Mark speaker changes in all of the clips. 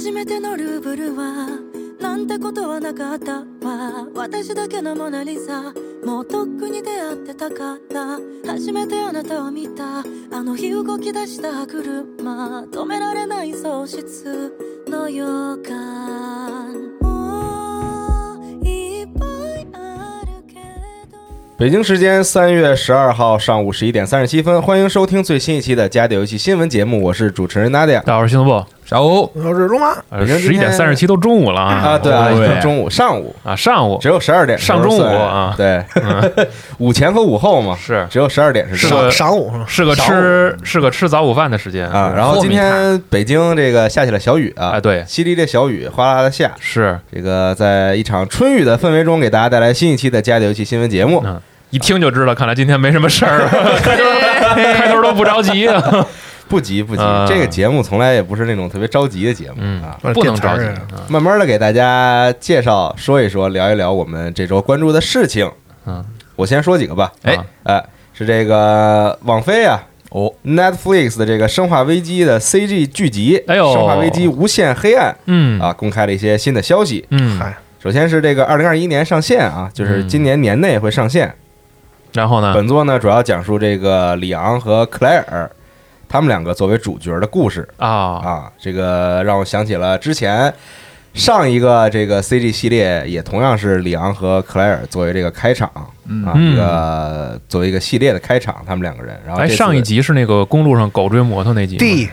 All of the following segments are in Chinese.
Speaker 1: 初めてのルーブルはなんてことはなかったわ私だけのモナリザもうとっくに出会ってたから初めてあなたを見たあの日動き出した車止められない喪失の予感
Speaker 2: 北京时间3月12号上午11点37分，欢迎收听最新一期的家里游戏新闻节目，我是主持人 Nadia。
Speaker 3: 大家好，我是星座部
Speaker 4: 小五，
Speaker 5: 我是龙马。
Speaker 3: 11点37都中午了啊！
Speaker 2: 对啊，已经中午上午
Speaker 3: 啊，上午
Speaker 2: 只有12点
Speaker 3: 上中午啊，
Speaker 2: 对，午前和午后嘛，
Speaker 3: 是
Speaker 2: 只有12点是
Speaker 5: 上午，
Speaker 3: 是个吃早午饭的时间
Speaker 2: 啊。然后今天北京这个下起了小雨啊，
Speaker 3: 对，
Speaker 2: 淅沥沥小雨哗啦的下，
Speaker 3: 是
Speaker 2: 这个在一场春雨的氛围中，给大家带来新一期的家里游戏新闻节目。
Speaker 3: 一听就知道，看来今天没什么事儿，开头都不着急啊。
Speaker 2: 不急，这个节目从来也不是那种特别着急的节目啊，
Speaker 3: 不能着急，
Speaker 2: 慢慢的给大家介绍、说一说、聊一聊我们这周关注的事情。我先说几个吧。是这个网飞啊，Netflix 的这个《生化危机》的 CG 剧集《生化危机：无限黑暗》公开了一些新的消息。首先是这个2021年上线啊，就是今年年内会上线。
Speaker 3: 然后呢，
Speaker 2: 本作呢主要讲述这个里昂和克莱尔他们两个作为主角的故事这个让我想起了之前上一个这个 CG 系列，也同样是里昂和克莱尔作为这个开场一个作为一个系列的开场，他们两个人。然后
Speaker 3: 上一集是那个公路上狗追摩托那集
Speaker 5: D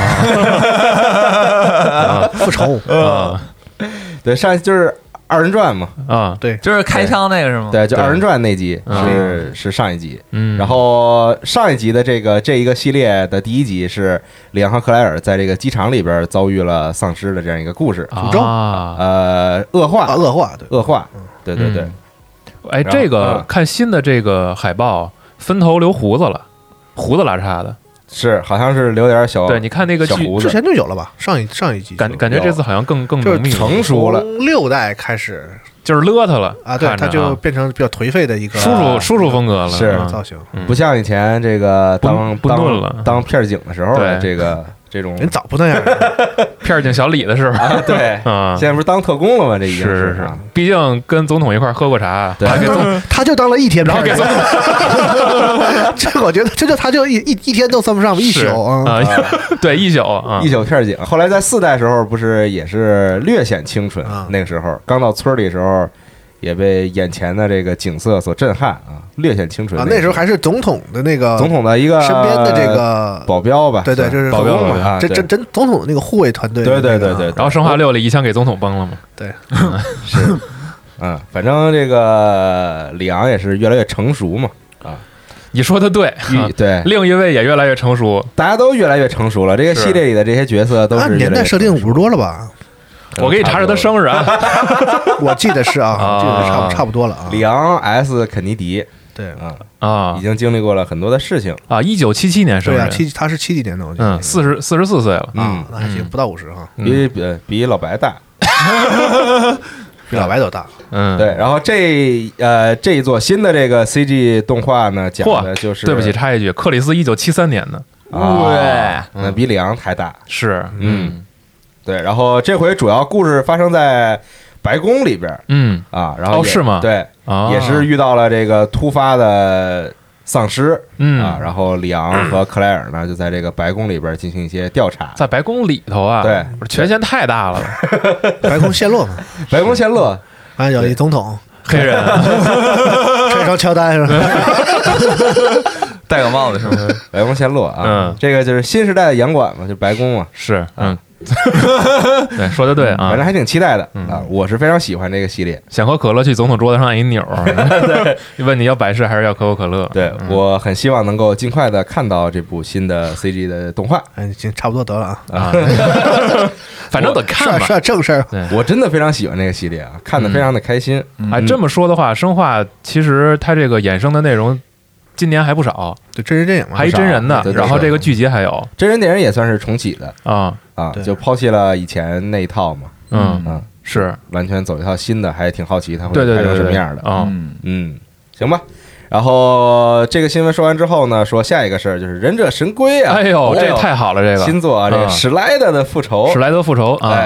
Speaker 5: 复仇
Speaker 2: 对，上一集就是二人转嘛，
Speaker 5: 对，
Speaker 4: 就是开枪那个是吗？
Speaker 2: 对，就二人转那集是上一集，然后上一集的这一个系列的第一集是里昂和克莱尔在这个机场里边遭遇了丧尸的这样一个故事，
Speaker 5: 诅咒
Speaker 2: 恶化，对，
Speaker 3: 哎，这个看新的这个海报，分头留胡子了，胡子拉碴的。
Speaker 2: 是，好像是留点小，
Speaker 3: 对，你看那个剧
Speaker 5: 之前就有了吧？上一集
Speaker 3: 感觉这次好像更
Speaker 5: 就是
Speaker 2: 成熟了，
Speaker 5: 从6代开始
Speaker 3: 就是勒他了
Speaker 5: 啊，对，他就变成比较颓废的一个
Speaker 3: 叔叔风格了，
Speaker 2: 是
Speaker 5: 造型，
Speaker 2: 不像以前这个当片警的时候这种
Speaker 5: 人早不那样，
Speaker 3: 片警小李的时候
Speaker 2: 对现在不是当特工了吗？这已经
Speaker 3: 是，毕竟跟总统一块喝过茶，
Speaker 2: 对，
Speaker 5: 他就当了一天，
Speaker 3: 然后给总统，
Speaker 5: 这我觉得他就一天都算不上一宿啊，
Speaker 3: 对，一宿
Speaker 2: 片警。后来在4代时候不是也是略显清纯，那个时候刚到村里的时候。也被眼前的这个景色所震撼啊，略显清纯
Speaker 5: 啊。那时候还是总统的一个身边的这个
Speaker 2: 保镖吧，
Speaker 5: 对，就是
Speaker 3: 保镖
Speaker 5: 嘛，真总统的那个护卫团队，
Speaker 2: 对。
Speaker 3: 然后生化6里一枪给总统崩了嘛，
Speaker 5: 对，
Speaker 2: 是，反正这个里昂也是越来越成熟嘛，
Speaker 3: 你说的对，
Speaker 2: 对，
Speaker 3: 另一位也越来越成熟，
Speaker 2: 大家都越来越成熟了。这个系列里的这些角色都是
Speaker 5: 年代设定50多了吧？
Speaker 3: 我给你查查他生日啊，
Speaker 5: 我记得是啊，记得差不多了啊。
Speaker 2: 里昂 S 肯尼迪，
Speaker 5: 对
Speaker 2: 已经经历过了很多的事情
Speaker 3: 啊。1977年生日，
Speaker 5: 他是7几年的，我记得
Speaker 3: 44岁了
Speaker 5: 那还行，不到50哈，
Speaker 2: 比老白大，
Speaker 5: 比老白都大。
Speaker 2: 对。然后这一座新的这个 CG 动画呢，讲的就是
Speaker 3: 对不起，插一句，克里斯1973年的，
Speaker 2: 那比里昂还大，
Speaker 3: 是
Speaker 2: 对，然后这回主要故事发生在白宫里边，然后
Speaker 3: 是吗？
Speaker 2: 对，也是遇到了这个突发的丧尸，然后里昂和克莱尔呢就在这个白宫里边进行一些调查，
Speaker 3: 在白宫里头啊，
Speaker 2: 对，
Speaker 3: 权限太大了，
Speaker 5: 白宫陷落嘛，
Speaker 2: 白宫陷落，
Speaker 5: 有一总统
Speaker 3: 黑人，
Speaker 5: 穿一双乔丹是吧？
Speaker 4: 戴个帽子是不是？
Speaker 2: 白宫陷落啊，这个就是新时代的洋馆嘛，就白宫嘛，
Speaker 3: 是对，说的对啊，
Speaker 2: 反正还挺期待的我是非常喜欢这个系列。
Speaker 3: 想喝可乐，去总统桌子上按一钮，问你要百事还是要可口可乐？
Speaker 2: 对，我很希望能够尽快的看到这部新的 CG 的动画。
Speaker 5: 行，差不多得了啊，
Speaker 3: 反正得看吧，
Speaker 5: 是正事儿。
Speaker 2: 我真的非常喜欢这个系列啊，看得非常的开心。
Speaker 3: 这么说的话，生化其实它这个衍生的内容。今年还不少，
Speaker 5: 对真人电影嘛，
Speaker 3: 还一真人的，然后这个剧集还有
Speaker 2: 真人电影也算是重启的就抛弃了以前那一套嘛，
Speaker 3: 是
Speaker 2: 完全走一套新的，还挺好奇它会拍成什么样的行吧。然后这个新闻说完之后呢，说下一个事儿就是忍者神龟啊，
Speaker 3: 哎呦，这太好了，这个
Speaker 2: 新作啊，这个史莱德的复仇，
Speaker 3: 史莱德复仇啊，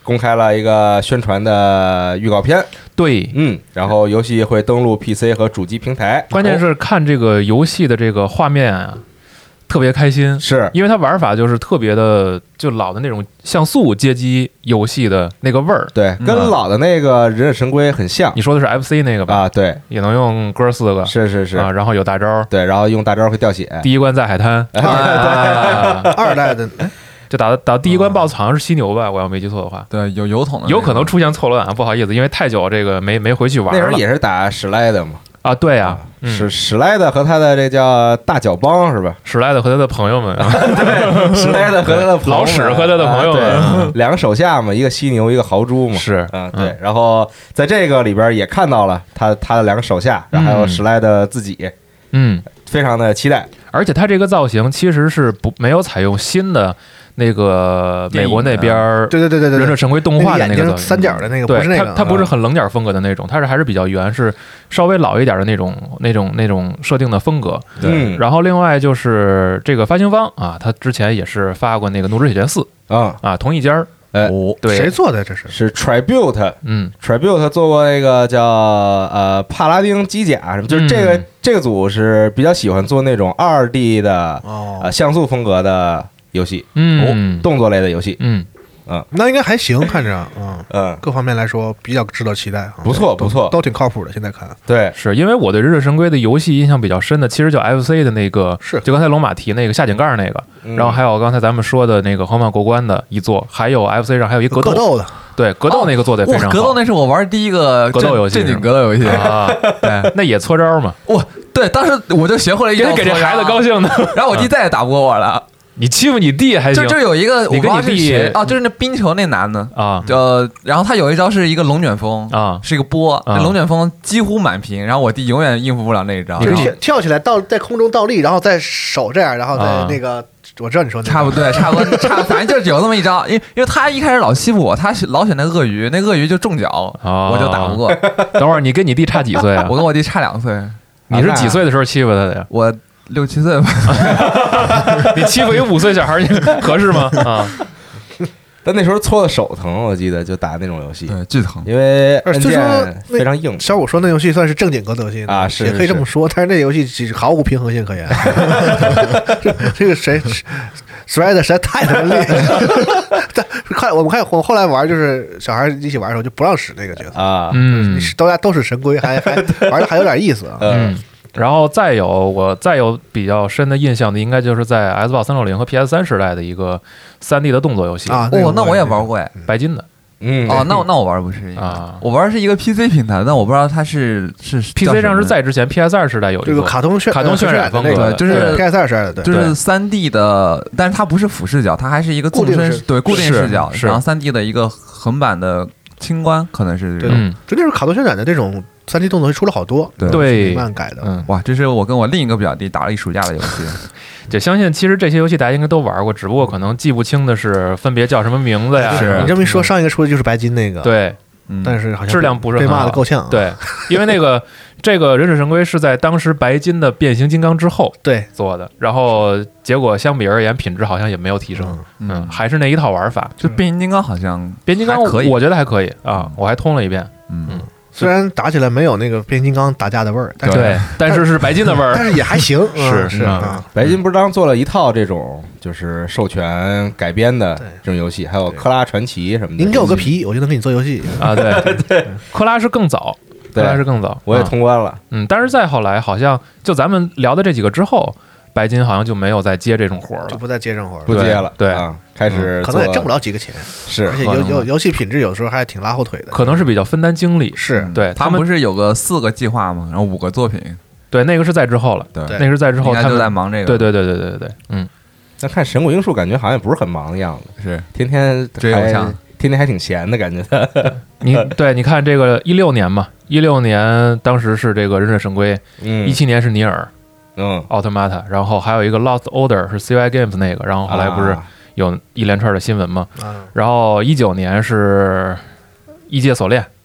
Speaker 2: 公开了一个宣传的预告片。
Speaker 3: 对，
Speaker 2: 然后游戏会登陆 PC 和主机平台。
Speaker 3: 关键是看这个游戏的这个画面啊，特别开心，
Speaker 2: 是
Speaker 3: 因为它玩法就是特别的，就老的那种像素街机游戏的那个味儿。
Speaker 2: 对，跟老的那个忍者神龟很像。
Speaker 3: 你说的是 FC 那个吧？
Speaker 2: 啊，对，
Speaker 3: 也能用哥4个。
Speaker 2: 是
Speaker 3: 啊，然后有大招。
Speaker 2: 对，然后用大招会掉血。
Speaker 3: 第一关在海滩。
Speaker 5: 二代的。
Speaker 3: 就打第一关 BOSS 好像是犀牛吧，我要没记错的话。
Speaker 4: 对，有油桶的，
Speaker 3: 有可能出现错乱啊，不好意思，因为太久这个没回去玩了。
Speaker 2: 那时候也是打史莱德嘛。
Speaker 3: 啊，对呀，
Speaker 2: 史莱德和他的这叫大脚帮是吧？
Speaker 3: 史莱德和他的朋友们，
Speaker 2: 对，史莱德和他的朋友
Speaker 3: 老史和他的朋友们，
Speaker 2: 两个手下嘛，一个犀牛，一个豪猪嘛。
Speaker 3: 是，
Speaker 2: 对。然后在这个里边也看到了他的两个手下，然后还有史莱德自己，非常的期待。
Speaker 3: 而且他这个造型其实是没有采用新的。那个美国那边
Speaker 5: 对
Speaker 3: 忍者神龟动画的那个
Speaker 5: 三角的那个，
Speaker 3: 对，
Speaker 5: 不是那个，
Speaker 3: 它不是很棱角风格的那种，它是还是比较圆，是稍微老一点的那种设定的风格。
Speaker 2: 对，
Speaker 3: 然后另外就是这个发行方啊，他之前也是发过那个《怒之铁拳4》啊，同一家。对，
Speaker 5: 谁做的？这
Speaker 2: 是 Tribute，Tribute 做过那个叫帕拉丁机甲什么，就是这个组是比较喜欢做那种2D 的像素风格的游戏，动作类的游戏，
Speaker 5: 那应该还行，看着，各方面来说比较值得期待，
Speaker 2: 不错，
Speaker 5: 都挺靠谱的。现在看，
Speaker 2: 对，
Speaker 3: 是因为我对忍者神龟的游戏印象比较深的，其实叫 FC 的那个，就刚才龙马提那个下井盖那个，然后还有刚才咱们说的那个横版过关的一座，还有 FC 上还有一格
Speaker 5: 斗的，
Speaker 3: 对，格斗那个做的也非常好。
Speaker 4: 格斗那是我玩第一个
Speaker 3: 格斗游戏，
Speaker 4: 正经格斗游戏
Speaker 3: 啊，对，那也搓招嘛。
Speaker 4: 对，当时我就学会了一招，
Speaker 3: 给这孩子高兴的，
Speaker 4: 然后我弟再也打不过我了。
Speaker 3: 你欺负你弟还行，
Speaker 4: 就有一个
Speaker 3: 你跟你弟
Speaker 4: 就是那冰球那男的
Speaker 3: 啊，
Speaker 4: 然后他有一招是一个龙卷风
Speaker 3: 啊，
Speaker 4: 是一个波，那龙卷风几乎满屏，然后我弟永远应付不了那一招，
Speaker 5: 你跳起来在空中倒立，然后再手这样，然后再那个，我知道你说
Speaker 4: 差不多，反正就是有这么一招，因为他一开始老欺负我，他老选那鳄鱼，那鳄鱼就中脚，我就打不过。
Speaker 3: 等会儿你跟你弟差几岁啊？
Speaker 4: 我跟我弟差2岁。
Speaker 3: 你是几岁的时候欺负他的呀？
Speaker 4: 我6、7岁吧。
Speaker 3: 你欺负一个5岁小孩合适吗？啊！
Speaker 2: 但那时候搓的手疼，我记得就打那种游戏，
Speaker 4: 对，巨疼，
Speaker 2: 因为按键非常硬。
Speaker 5: 小五说那游戏算是正经格斗游戏
Speaker 2: 啊，是
Speaker 5: 也可以这么说，但是那游戏其实毫无平衡性可言。这个谁摔的实在太他妈厉害了。我后来玩，就是小孩一起玩的时候就不让使那个角色
Speaker 2: 啊，
Speaker 5: 都是神龟，还玩的还有点意思啊。
Speaker 3: 然后再有比较深的印象的，应该就是在 Xbox 360和 PS3 时代的一个3D 的动作游戏
Speaker 5: 啊。
Speaker 4: 那我也玩过哎，
Speaker 3: 白金的。
Speaker 4: 那我玩不是啊，我玩是一个 PC 平台，但我不知道它是
Speaker 3: PC 上是在之前 PS2 时代有
Speaker 5: 这个卡通
Speaker 3: 渲染风格，
Speaker 4: 就是
Speaker 5: PS2 时代的，
Speaker 4: 就是 3D 的，但是它不是俯视角，它还是一个纵深，对，固定视角，然后3D 的一个横版的清关，可能是这种，
Speaker 5: 就那时候卡通渲染的这种3D 动作出了好多，
Speaker 3: 对，
Speaker 5: 慢改的，
Speaker 4: 哇，这是我跟我另一个表弟打了一暑假的游戏。
Speaker 3: 就相信其实这些游戏大家应该都玩过，只不过可能记不清的是分别叫什么名字呀。
Speaker 5: 是你这么一说，上一个出的就是白金那个，
Speaker 3: 对，
Speaker 5: 但是好像
Speaker 3: 质量不是
Speaker 5: 被骂的够呛。
Speaker 3: 对，因为这个忍者神龟是在当时白金的变形金刚之后做的，然后结果相比而言品质好像也没有提升，还是那一套玩法。
Speaker 4: 就变形金刚好像
Speaker 3: 变形金刚可以，我觉得还可以啊，我还通了一遍，
Speaker 5: 虽然打起来没有那个变形金刚打架的味儿，
Speaker 3: 但是是白金的味儿，
Speaker 5: 但是也还行。
Speaker 3: 是
Speaker 5: 啊，
Speaker 2: 白金不是当做了一套这种就是授权改编的这种游戏，还有克拉传奇什么的。
Speaker 5: 您给我个皮，我就能给你做游戏
Speaker 3: 啊！对，克拉是更早，
Speaker 2: 我也通关了。
Speaker 3: 但是再后来，好像就咱们聊的这几个之后，白金好像就没有再接这种活了，
Speaker 5: 就不再接这种活了，
Speaker 2: 不接了。
Speaker 3: 对
Speaker 2: 啊，开始
Speaker 5: 可能也挣不了几个钱，
Speaker 2: 是，
Speaker 5: 而且游戏品质有时候还挺拉后腿的，
Speaker 3: 可能是比较分担精力。
Speaker 5: 是
Speaker 3: 对
Speaker 4: 他们不是有个4个计划吗？然后5个作品，
Speaker 3: 对，那个是在之后了，
Speaker 4: 对，
Speaker 3: 那个是在之后，
Speaker 4: 他们就在忙这个，
Speaker 3: 对，
Speaker 2: 那看神谷英树感觉好像也不是很忙的样子，
Speaker 4: 是
Speaker 2: 天天还挺闲的感觉。
Speaker 3: 你看这个16年嘛，16年当时是这个忍者神龟，17年是尼尔。奥特玛塔，然后还有一个 Lost Order 是 CY Games 那个，然后后来不是有一连串的新闻嘛，然后19年是异界锁链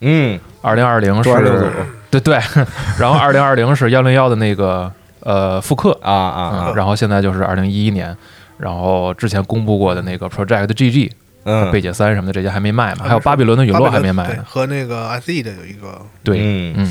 Speaker 3: ，2020是对，然后2020是101的那个复刻然后现在就是2011年，然后之前公布过的那个 Project GG 贝姐3什么的这些还没卖嘛，还有巴比伦的陨落还没卖呢，
Speaker 5: 和那个 SE 的有一个
Speaker 3: 对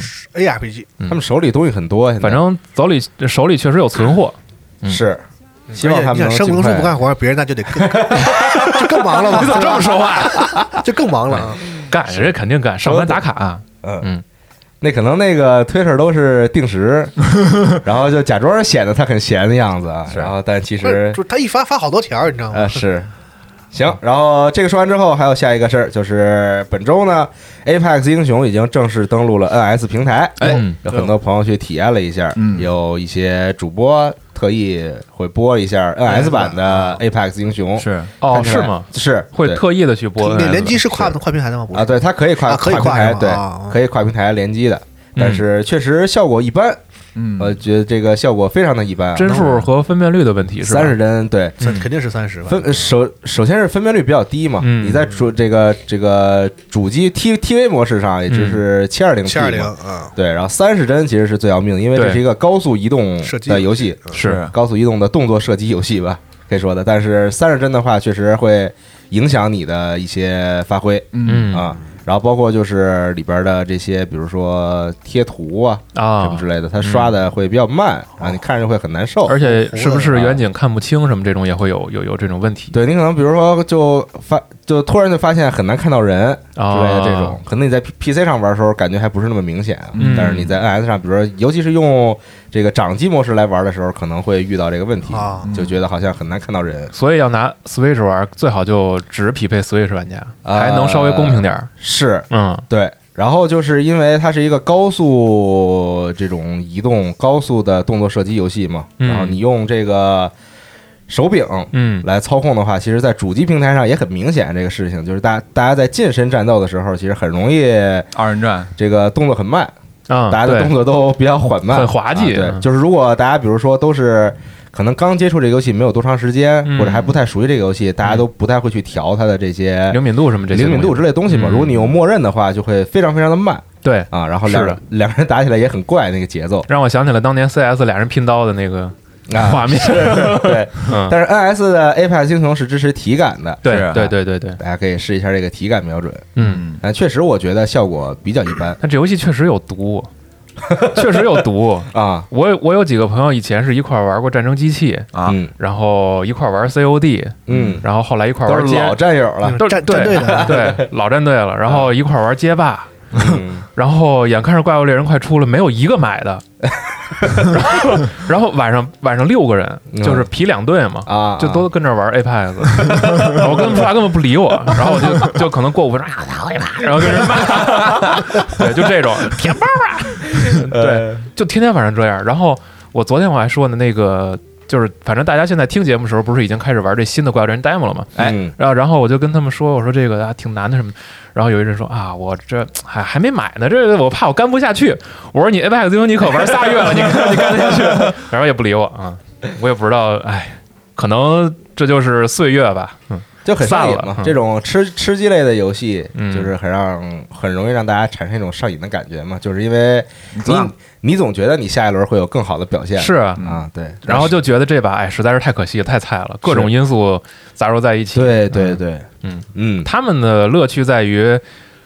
Speaker 5: ARPG，
Speaker 2: 他们手里东西很多，
Speaker 3: 反正手里确实有存货，
Speaker 2: 是。希望他们能
Speaker 5: 生不不干活，别人那就得就更忙了嘛。
Speaker 3: 你怎么这么说话？
Speaker 5: 就更忙了，
Speaker 3: 干这肯定干，上班打卡。
Speaker 2: 那可能那个推特都是定时，然后就假装显得他很闲的样子啊，然后但其实
Speaker 5: 他一发好多条，你知道吗？
Speaker 2: 是。行，然后这个说完之后，还有下一个事儿，就是本周呢 ，Apex 英雄已经正式登陆了 NS 平台，有很多朋友去体验了一下，有一些主播特意会播一下 NS 版的 Apex 英雄，
Speaker 3: 是是吗？
Speaker 2: 是
Speaker 3: 会特意的去播，
Speaker 5: 联机是跨平台的吗？
Speaker 2: 啊，对，它可以跨平台，对，可以跨平台联机的，但是确实效果一般。我觉得这个效果非常的一般，
Speaker 3: 帧数和分辨率的问题是吧
Speaker 2: ？30帧，对，
Speaker 5: 肯定是30。
Speaker 2: 首先是分辨率比较低嘛，你在这个主机 TV 模式上，也就是720，对，然后30帧其实是最要命的，因为这是一个高速移动的游戏，
Speaker 3: 是
Speaker 2: 高速移动的动作射击游戏吧，可以说的。但是30帧的话，确实会影响你的一些发挥，然后包括就是里边的这些，比如说贴图啊什么之类的，它刷的会比较慢啊，你看着会很难受。
Speaker 3: 而且是不是远景看不清什么这种也会有这种问题？
Speaker 2: 对，你可能比如说就突然就发现很难看到人之类的这种，可能你在 PC 上玩的时候感觉还不是那么明显，但是你在 NS 上，比如说尤其是用这个掌机模式来玩的时候，可能会遇到这个问题，就觉得好像很难看到人。
Speaker 3: 所以要拿 Switch 玩，最好就只匹配 Switch 玩家，还能稍微公平点。
Speaker 2: 是，对。然后就是因为它是一个高速这种移动、高速的动作射击游戏嘛，然后你用这个手柄来操控的话，其实在主机平台上也很明显这个事情，就是大家在近身战斗的时候，其实很容易
Speaker 4: 二人转，
Speaker 2: 这个动作很慢大家的动作都比较缓慢，
Speaker 3: 很滑稽。
Speaker 2: 对，就是如果大家比如说都是可能刚接触这个游戏没有多长时间，或者还不太熟悉这个游戏，大家都不太会去调它的这些
Speaker 3: 灵敏度什么这些
Speaker 2: 灵敏度之类的东西嘛。如果你用默认的话，就会非常非常的慢。
Speaker 3: 对
Speaker 2: 啊，然后两个人打起来也很怪，那个节奏
Speaker 3: 让我想起了当年 CS 俩人拼刀的那个画面。
Speaker 2: 对，但是 NS 的 Apex 英雄是支持体感的，
Speaker 3: 对，
Speaker 2: 大家可以试一下这个体感瞄准。但确实我觉得效果比较一般。
Speaker 3: 但这游戏确实有毒。确实有毒
Speaker 2: 啊！
Speaker 3: 我有几个朋友以前是一块玩过战争机器
Speaker 4: 啊，
Speaker 3: 然后一块玩 COD，然后后来一块玩
Speaker 2: 老战友了，
Speaker 3: 都是
Speaker 5: 战队的，
Speaker 3: 对，老战队了，然后一块玩街霸，然后眼看着怪物猎人快出了，没有一个买的。然后晚上6个人，就是匹2队嘛，就都跟这玩 Apex， 我跟他根本不理我，然后我就可能过5分钟然后跟人骂，对，就这种舔包啊，对，就天天晚上这样。然后我昨天我还说呢，那个就是反正大家现在听节目的时候，不是已经开始玩这新的怪物猎人 demo 了吗？然后我就跟他们说，我说这个挺难的什么。然后有一人说啊，我这还没买呢，这我怕我干不下去。我说你 Apex 英雄你可玩3月了，你干得下去？然后也不理我啊，我也不知道，哎，可能这就是岁月吧，
Speaker 2: 就很上瘾嘛。这种吃鸡类的游戏，就是很容易让大家产生一种上瘾的感觉嘛，就是因为你总觉得你下一轮会有更好的表现，
Speaker 3: 是
Speaker 2: 啊，对，
Speaker 3: 然后就觉得这把实在是太可惜了，太菜了，各种因素杂糅在一起。
Speaker 2: 对，
Speaker 3: 他们的乐趣在于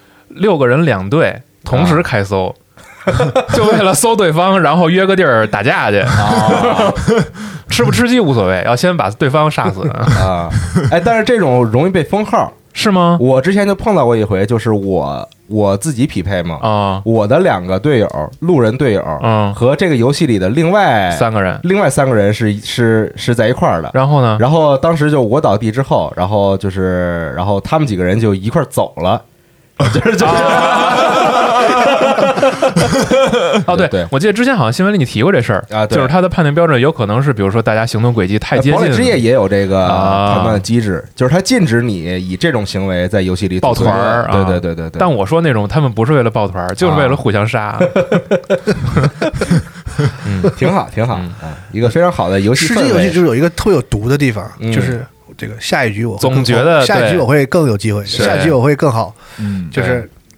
Speaker 3: 6个人2队同时开搜。就为了搜对方，然后约个地儿打架去。吃不吃鸡无所谓，要先把对方杀死
Speaker 2: 啊！哎，但是这种容易被封号，
Speaker 3: 是吗？
Speaker 2: 我之前就碰到过一回，就是我自己匹配嘛，我的2个队友，路人队友，和这个游戏里的另外3个人是在一块儿的。
Speaker 3: 然后呢？
Speaker 2: 然后当时就我倒地之后，然后他们几个人就一块走了，就是。
Speaker 3: 哦，对，我记得之前好像新闻里你提过这事儿
Speaker 2: 啊，
Speaker 3: 就是它的判定标准有可能是，比如说大家行动轨迹太接近。堡
Speaker 2: 垒之夜也有这个判断机制，就是它禁止你以这种行为在游戏里
Speaker 3: 抱团儿。
Speaker 2: 对。
Speaker 3: 但我说那种他们不是为了抱团儿，就是为了互相杀。
Speaker 2: 挺好啊，一个非常好的游戏。
Speaker 5: 吃鸡游戏就是有一个特别有毒的地方，就是这个下一局我
Speaker 3: 总觉得
Speaker 5: 下一局我会更有机会，下一局我会更好，就是。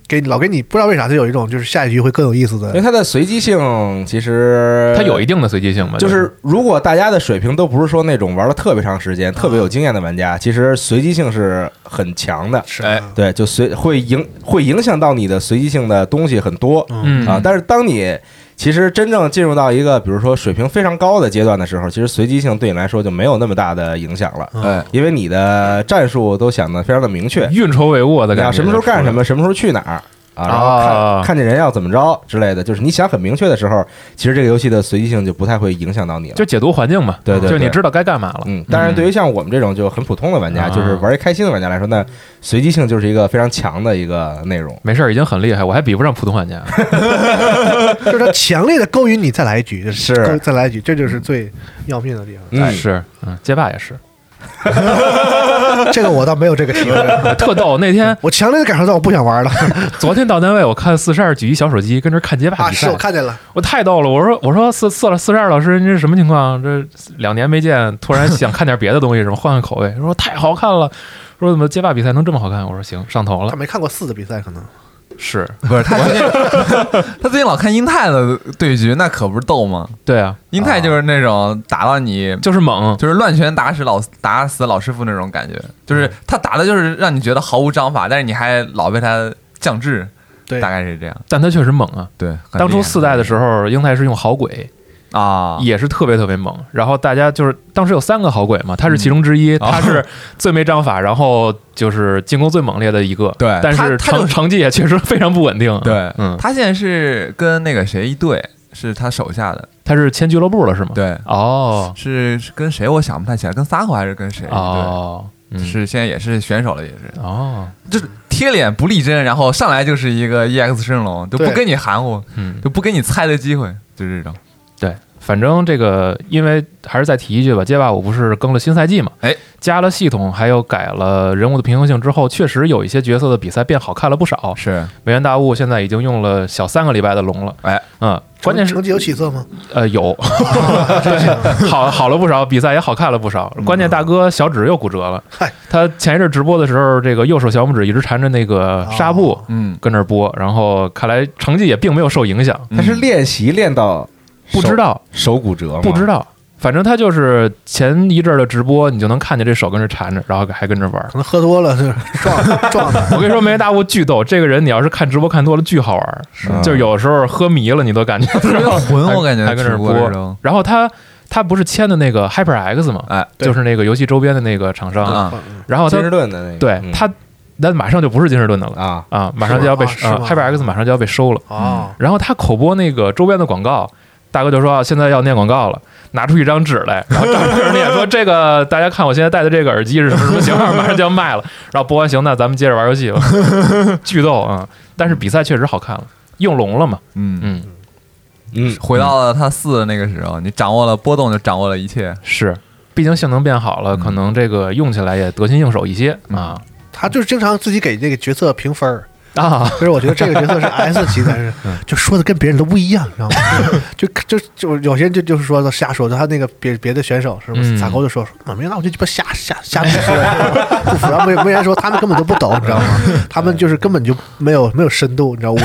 Speaker 5: 老给你不知道为啥它有一种就是下一局会更有意思的，
Speaker 2: 因为它的随机性其实
Speaker 3: 它有一定的随机性嘛，
Speaker 2: 就是如果大家的水平都不是说那种玩了特别长时间、特别有经验的玩家，其实随机性是很强的。对，就会影响到你的随机性的东西很多啊。但是当你其实真正进入到一个比如说水平非常高的阶段的时候，其实随机性对你来说就没有那么大的影响了。因为你的战术都想得非常的明确，
Speaker 3: 运筹帷幄的感觉，
Speaker 2: 什么时候干什么，什么时候去哪儿。然后看见人要怎么着之类的，就是你想很明确的时候，其实这个游戏的随机性就不太会影响到你了，
Speaker 3: 就解读环境嘛，
Speaker 2: 对，
Speaker 3: 就你知道该干嘛了。
Speaker 2: 当然，对于像我们这种就很普通的玩家，就是玩一开心的玩家来说，那随机性就是一个非常强的一个内容。
Speaker 3: 没事，已经很厉害，我还比不上普通玩家。
Speaker 5: 就是它强烈的勾引你再来一局，是再来一局，这就是最要命的地
Speaker 3: 方。是，街霸也是。
Speaker 5: 这个我倒没有这个体会，
Speaker 3: 特逗。那天
Speaker 5: 我强烈的感受到我不想玩了。
Speaker 3: 昨天到单位，我看42举一小手机，跟这看街霸比赛。
Speaker 5: 是我看见了，
Speaker 3: 我太逗了。我说42老师，您这什么情况？这2年没见，突然想看点别的东西，什么换换口味。说太好看了，说怎么街霸比赛能这么好看？我说行，上头了。
Speaker 5: 他没看过4的比赛，可能。
Speaker 3: 是
Speaker 4: 不是他最近老看英泰的对局，那可不是逗吗？
Speaker 3: 对啊，
Speaker 4: 英泰就是那种打到你
Speaker 3: 就是猛，
Speaker 4: 就是乱拳打死老师傅那种感觉，就是他打的就是让你觉得毫无章法，但是你还老被他降智，
Speaker 5: 对，
Speaker 4: 大概是这样。
Speaker 3: 但他确实猛啊，
Speaker 4: 对，
Speaker 3: 当初4代的时候，英泰是用好鬼。也是特别特别猛，然后大家就是当时有3个好鬼嘛，他是其中之一，他是最没章法，然后就是进攻最猛烈的一个，
Speaker 4: 对，
Speaker 3: 但是成绩也确实非常不稳定，
Speaker 4: 对，他现在是跟那个谁一队，是他手下的，
Speaker 3: 他是签俱乐部了是吗？
Speaker 4: 对，是跟谁我想不太起来，跟萨克还是跟谁？是现在也是选手了，也是就是贴脸不立真，然后上来就是一个 EX 升龙，都不跟你含糊，都不给你猜的机会，就是这种。
Speaker 3: 对，反正这个，因为还是再提一句吧，街霸我不是更了新赛季嘛，加了系统，还有改了人物的平衡性之后，确实有一些角色的比赛变好看了不少。
Speaker 4: 是
Speaker 3: 梅园大悟现在已经用了小3个礼拜的龙了，关键是
Speaker 5: 成绩有起色吗？
Speaker 3: 有，好了不少，比赛也好看了不少。关键大哥小指又骨折了，他前一阵直播的时候，这个右手小拇指一直缠着那个纱布，跟那儿播，然后看来成绩也并没有受影响。
Speaker 2: 他是练习练到。
Speaker 3: 不知道
Speaker 2: 手骨折吗？
Speaker 3: 不知道，反正他就是前一阵的直播，你就能看见这手跟着缠着，然后还跟着玩。
Speaker 5: 可能喝多了是撞的。
Speaker 3: 我跟你说，梅园大悟巨逗，这个人你要是看直播看多了，巨好玩。就是有时候喝迷了，你都感觉
Speaker 4: 特别混，我感觉
Speaker 3: 还跟着播。然后他不是签的那个 HyperX 嘛？就是那个游戏周边的那个厂商。然后
Speaker 2: 金士顿的那个，
Speaker 3: 对他。那马上就不是金士顿的了马上就要被HyperX 马上就要被收了然后他口播那个周边的广告，大哥就说现在要念广告了，拿出一张纸来，然后照着念说这个大家看我现在戴的这个耳机是什么型号，马上就要卖了。然后播完行，那咱们接着玩游戏了，巨逗啊！但是比赛确实好看了，用龙了嘛，
Speaker 4: 回到了他4那个时候，你掌握了波动就掌握了一切，
Speaker 3: 是，毕竟性能变好了，可能这个用起来也得心应手一些啊。
Speaker 5: 他就是经常自己给这个角色评分就是我觉得这个角色是 S 级，但是就说的跟别人都不一样，你知道吗？就有些人就是说瞎说，他那个别的选手是不是撒狗就说没那我就鸡巴瞎说，不服。然后没人说他们根本都不懂，你知道吗？他们就是根本就没有深度，你知道我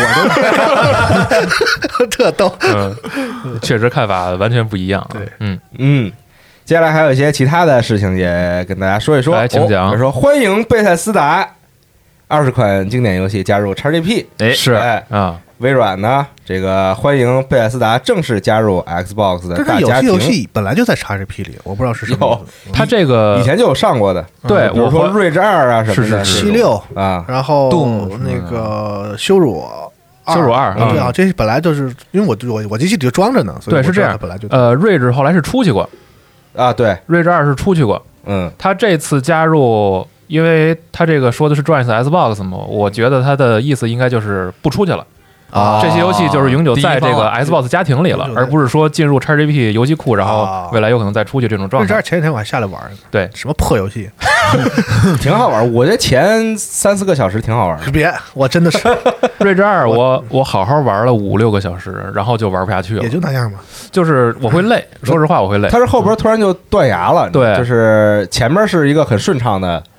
Speaker 5: 都特逗，
Speaker 3: 确实看法完全不一样。
Speaker 2: 对，接下来还有一些其他的事情也跟大家说一说，
Speaker 3: 来请讲。
Speaker 2: 说欢迎贝塞斯达20款经典游戏加入 XGP，
Speaker 3: 是
Speaker 2: 微软呢这个欢迎贝塞斯达正式加入 Xbox 的大家庭。
Speaker 5: 游戏本来就在 XGP 里，我不知道是什么。
Speaker 3: 它这个
Speaker 2: 以前就有上过的，
Speaker 3: 对，
Speaker 2: 比如说睿智2啊什么的
Speaker 5: ，76
Speaker 2: 啊，
Speaker 5: 然后那个羞辱
Speaker 3: 2，
Speaker 5: 对啊，这本来就是因为我机器里就装着呢，所以
Speaker 3: 对是这样。
Speaker 5: 本来就
Speaker 3: 睿智后来是出去过。
Speaker 2: 对，
Speaker 3: 睿智2是出去过，他这次加入，因为他这个说的是 Joins Xbox 嘛，我觉得他的意思应该就是不出去了，这些游戏就是永久在这个 Xbox 家庭里了，而不是说进入 XGP 游戏库，然后未来有可能再出去这种状态。
Speaker 5: 睿智2前几天我还下来玩呢，
Speaker 3: 对，
Speaker 5: 什么破游戏，
Speaker 2: 挺好玩，我觉得前3-4个小时挺好玩的。
Speaker 5: 别，我真的是
Speaker 3: 睿智2，我好好玩了5-6个小时，然后就玩不下去了，
Speaker 5: 也就那样吧。
Speaker 3: 就是我会累，说实话我会累。
Speaker 2: 它是后边突然就断崖了，
Speaker 3: 对，
Speaker 2: 就是前面是一个很顺畅的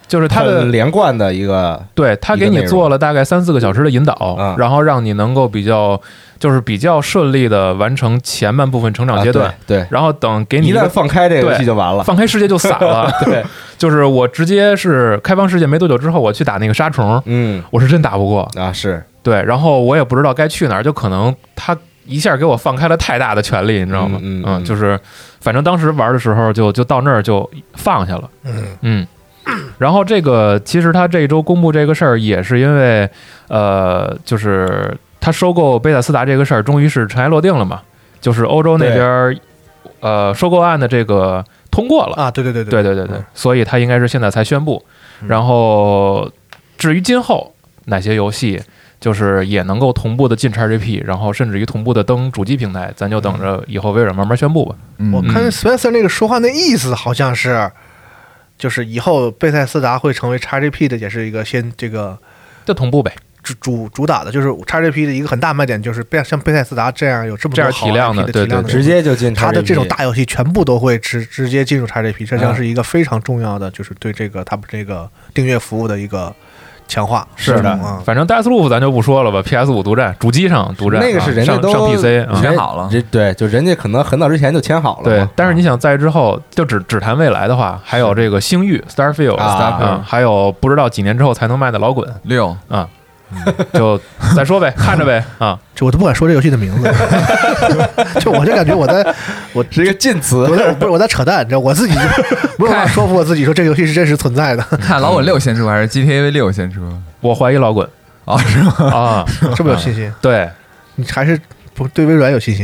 Speaker 3: 就是它的
Speaker 2: 连贯的一个，
Speaker 3: 对，它给你做了大概3-4个小时的引导，然后让你能够比较顺利的完成前半部分成长阶段，
Speaker 2: 对，
Speaker 3: 然后等给你
Speaker 2: 一旦放开这个游戏就完了，
Speaker 3: 放开世界就散了，对，就是我直接是开放世界没多久之后，我去打那个沙虫，我是真打不过
Speaker 2: 啊，是
Speaker 3: 对，然后我也不知道该去哪儿，就可能他一下给我放开了太大的权利，你知道吗？就是反正当时玩的时候就到那儿就放下了，然后这个其实他这一周公布这个事儿也是因为就是他收购贝塞斯达这个事儿终于是尘埃落定了嘛，就是欧洲那边收购案的这个通过了
Speaker 5: 啊，对，
Speaker 3: 所以他应该是现在才宣布。然后至于今后哪些游戏就是也能够同步的进 XGP， 然后甚至于同步的登主机平台，咱就等着以后微软慢慢宣布吧。
Speaker 5: 我看 Spencer 那个说话那意思好像是，就是以后贝塞斯达会成为 XGP 的，也是一个
Speaker 3: 就同步呗。
Speaker 5: 主打的就是 XGP 的一个很大卖点，就是像贝塞斯达这样有这么多
Speaker 3: 体量的，对，
Speaker 2: 直接就进 XGP，
Speaker 5: 它的这种大游戏全部都会直接进入 XGP， 这将是一个非常重要的，就是对他们这个订阅服务的一个强化。
Speaker 3: 是的，反正 Deathloop 咱就不说了吧 ，PS5 独占，主机上独占，
Speaker 2: 那个是人家都
Speaker 3: 上 PC
Speaker 4: 签好了，
Speaker 2: 对，就人家可能很早之前就签好了。
Speaker 3: 对，但是你想在之后就只谈未来的话，还有这个星域 Starfield， 还有不知道几年之后才能卖的老滚
Speaker 4: 6
Speaker 3: 啊。就再说呗，看着呗啊！
Speaker 5: 就我都不敢说这游戏的名字，就我就感觉我
Speaker 2: 是一个禁词，
Speaker 5: 我在扯淡，你知道，我自己没有办法说服我自己说这个游戏是真实存在的。
Speaker 4: 看老滚6先出还是 GTA 6先出？
Speaker 3: 我怀疑老滚
Speaker 4: 啊，是吗？
Speaker 3: 啊，
Speaker 5: 这么有信心？
Speaker 3: 对，
Speaker 5: 你还是不对微软有信心？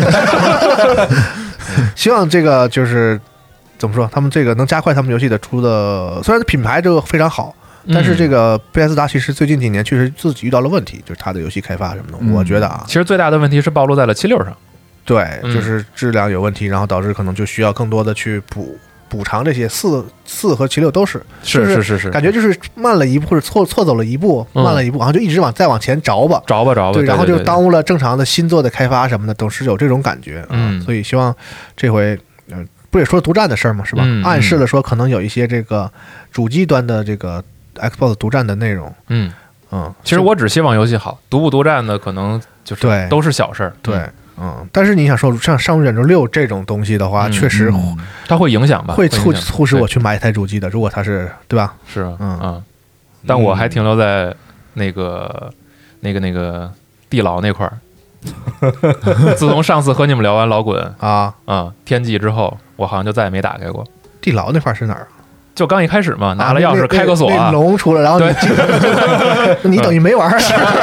Speaker 5: 希望这个就是怎么说，他们这个能加快他们游戏的出的，虽然品牌这个非常好。但是这个贝塞斯达其实最近几年确实自己遇到了问题，就是它的游戏开发什么的，我觉得啊，
Speaker 3: 其实最大的问题是暴露在了76上，
Speaker 5: 对，就是质量有问题，然后导致可能就需要更多的去补偿这些4和76都是，感觉就是慢了一步或者错走了一步，慢了一步，然后就一直再往前找吧，对，然后就耽误了正常的新作的开发什么的，都是有这种感觉啊，所以希望这回不也说独占的事儿嘛，是吧？暗示了说可能有一些这个主机端的这个。Xbox 独占的内容，
Speaker 3: 其实我只希望游戏好，独不独占的可能就是
Speaker 5: 对
Speaker 3: 都是小事儿，
Speaker 5: 对，但是你想说像《上古卷轴6》这种东西的话，确实
Speaker 3: 它会影响吧，
Speaker 5: 会促使我去买一台主机的，如果它是对吧？
Speaker 3: 是，但我还停留在那个地牢那块儿。自从上次和你们聊完老滚天际之后，我好像就再也没打开过。
Speaker 5: 地牢那块是哪儿啊？
Speaker 3: 就刚一开始嘛，拿了钥匙开个锁，
Speaker 5: 那龙出来，然后你等于没玩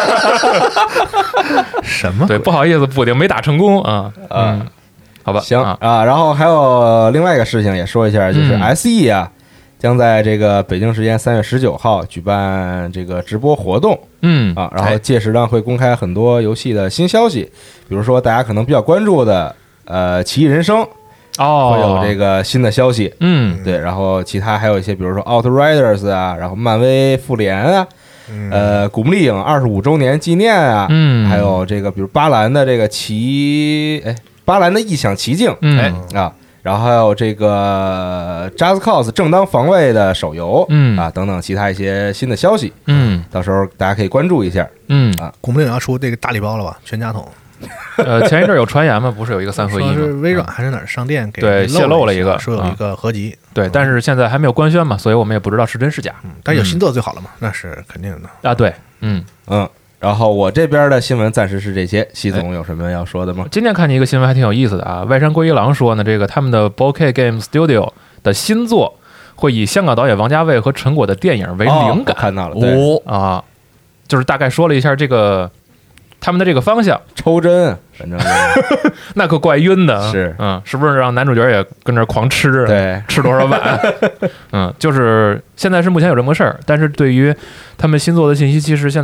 Speaker 5: 什么？
Speaker 3: 对，不好意思，补丁没打成功啊。好吧，
Speaker 2: 行啊。然后还有另外一个事情也说一下，就是 SE 啊，将在这个北京时间3月19号举办这个直播活动。然后届时呢会公开很多游戏的新消息，比如说大家可能比较关注的奇异人生。会有这个新的消息，对，然后其他还有一些，比如说 Outriders 啊，然后漫威复联啊，古墓丽影25周年纪念啊，还有这个比如巴兰的这个巴兰的异想奇境，然后还有这个 Just Cause 正当防卫的手游，等等其他一些新的消息，到时候大家可以关注一下，
Speaker 5: 古墓丽影要出这个大礼包了吧，全家桶。
Speaker 3: 前一阵有传言嘛，不是有一个3合1吗？
Speaker 5: 是微软还是哪儿商店给
Speaker 3: 对泄露了一个，
Speaker 5: 说有一个合集。
Speaker 3: 对，但是现在还没有官宣嘛，所以我们也不知道是真是假。
Speaker 5: 但有新作最好了嘛，那是肯定的
Speaker 3: 啊。对，
Speaker 2: 然后我这边的新闻暂时是这些，西总有什么要说的吗？
Speaker 3: 今天看见一个新闻还挺有意思的啊，外山圭一郎说呢，这个他们的 Bokeh Game Studio 的新作会以香港导演王家卫和陈果的电影为灵感，
Speaker 2: 看到了，对
Speaker 3: 就是大概说了一下这个。他们的这个方向
Speaker 2: 抽针，反正
Speaker 3: 那可怪晕的，
Speaker 2: 是
Speaker 3: 是不是让男主角也跟着狂吃？
Speaker 2: 对，
Speaker 3: 吃多少碗？就是现在是目前有这么个事儿，但是对于他们新做的信息，其实现在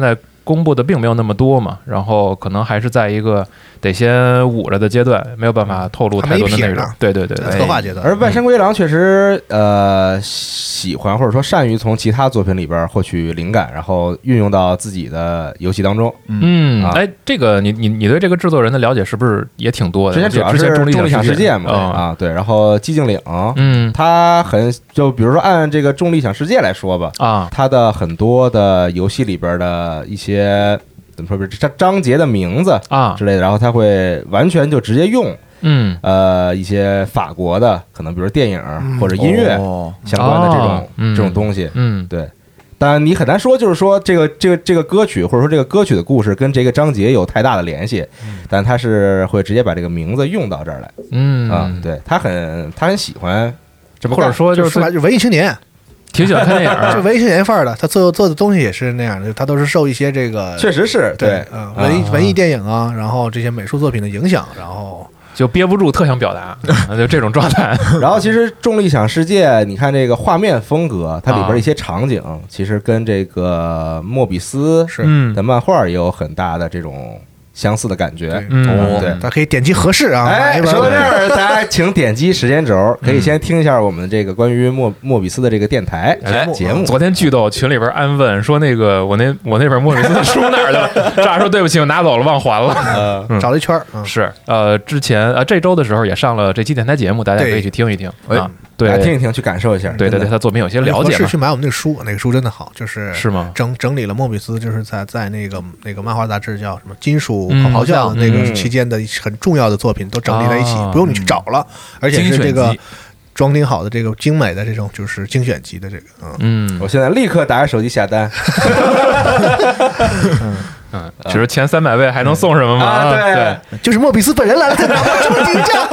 Speaker 3: 公布的并没有那么多嘛，然后可能还是在一个得先捂着的阶段，没有办法透露太多的内容。对，
Speaker 5: 策划阶段。
Speaker 2: 而万山归狼确实喜欢或者说善于从其他作品里边获取灵感，然后运用到自己的游戏当中。
Speaker 3: 这个你对这个制作人的了解是不是也挺多的？
Speaker 2: 之前主要是重力想世界嘛，对，然后寂静岭，他就比如说按这个重力想世界来说吧，他的很多的游戏里边的一些怎么说，比如章节的名字之类的，然后他会完全就直接用一些法国的可能比如电影或者音乐相关的这种东西，对。但你很难说，就是说这个歌曲或者说这个歌曲的故事跟这个章节有太大的联系，但他是会直接把这个名字用到这儿来，对，他很喜欢这么，
Speaker 3: 或者说就是
Speaker 5: 文艺青年。
Speaker 3: 挺喜欢看电影，
Speaker 5: 就文艺青年范儿的，他做的东西也是那样的，他都是受一些这个，
Speaker 2: 确实是对，
Speaker 5: 文艺电影啊，然后这些美术作品的影响，然后
Speaker 3: 就憋不住，特想表达，就这种状态。
Speaker 2: 然后其实重力想世界，你看这个画面风格，它里边一些场景，其实跟这个莫比斯的漫画也有很大的这种相似的感觉，对，
Speaker 5: 大家可以点击合适啊。
Speaker 2: 说到这儿，大家请点击时间轴，可以先听一下我们这个关于莫比斯的这个电台节目。
Speaker 3: 昨天剧斗群里边安问说，那个我那本莫比斯的书哪儿去了？乍说对不起，我拿走了，忘还了。
Speaker 5: 找了一圈。
Speaker 3: 是之前这周的时候也上了这期电台节目，大家可以去听一听啊。对，
Speaker 2: 听一听，去感受一下。
Speaker 3: 对，他作品有些了解。
Speaker 5: 是去买我们那个书，那个书真的好，是
Speaker 3: 吗？
Speaker 5: 整理了莫比斯，就是在那个漫画杂志叫什么《金属咆哮》的那个期间的很重要的作品都整理在一起，不用你去找了，而且是这个装订好的这个精美的这种就是精选集的这个。
Speaker 2: 我现在立刻打开手机下单。
Speaker 3: 只是前300位还能送什么吗？
Speaker 2: 对，
Speaker 5: 就是莫比斯本人来了才拿到这么低价。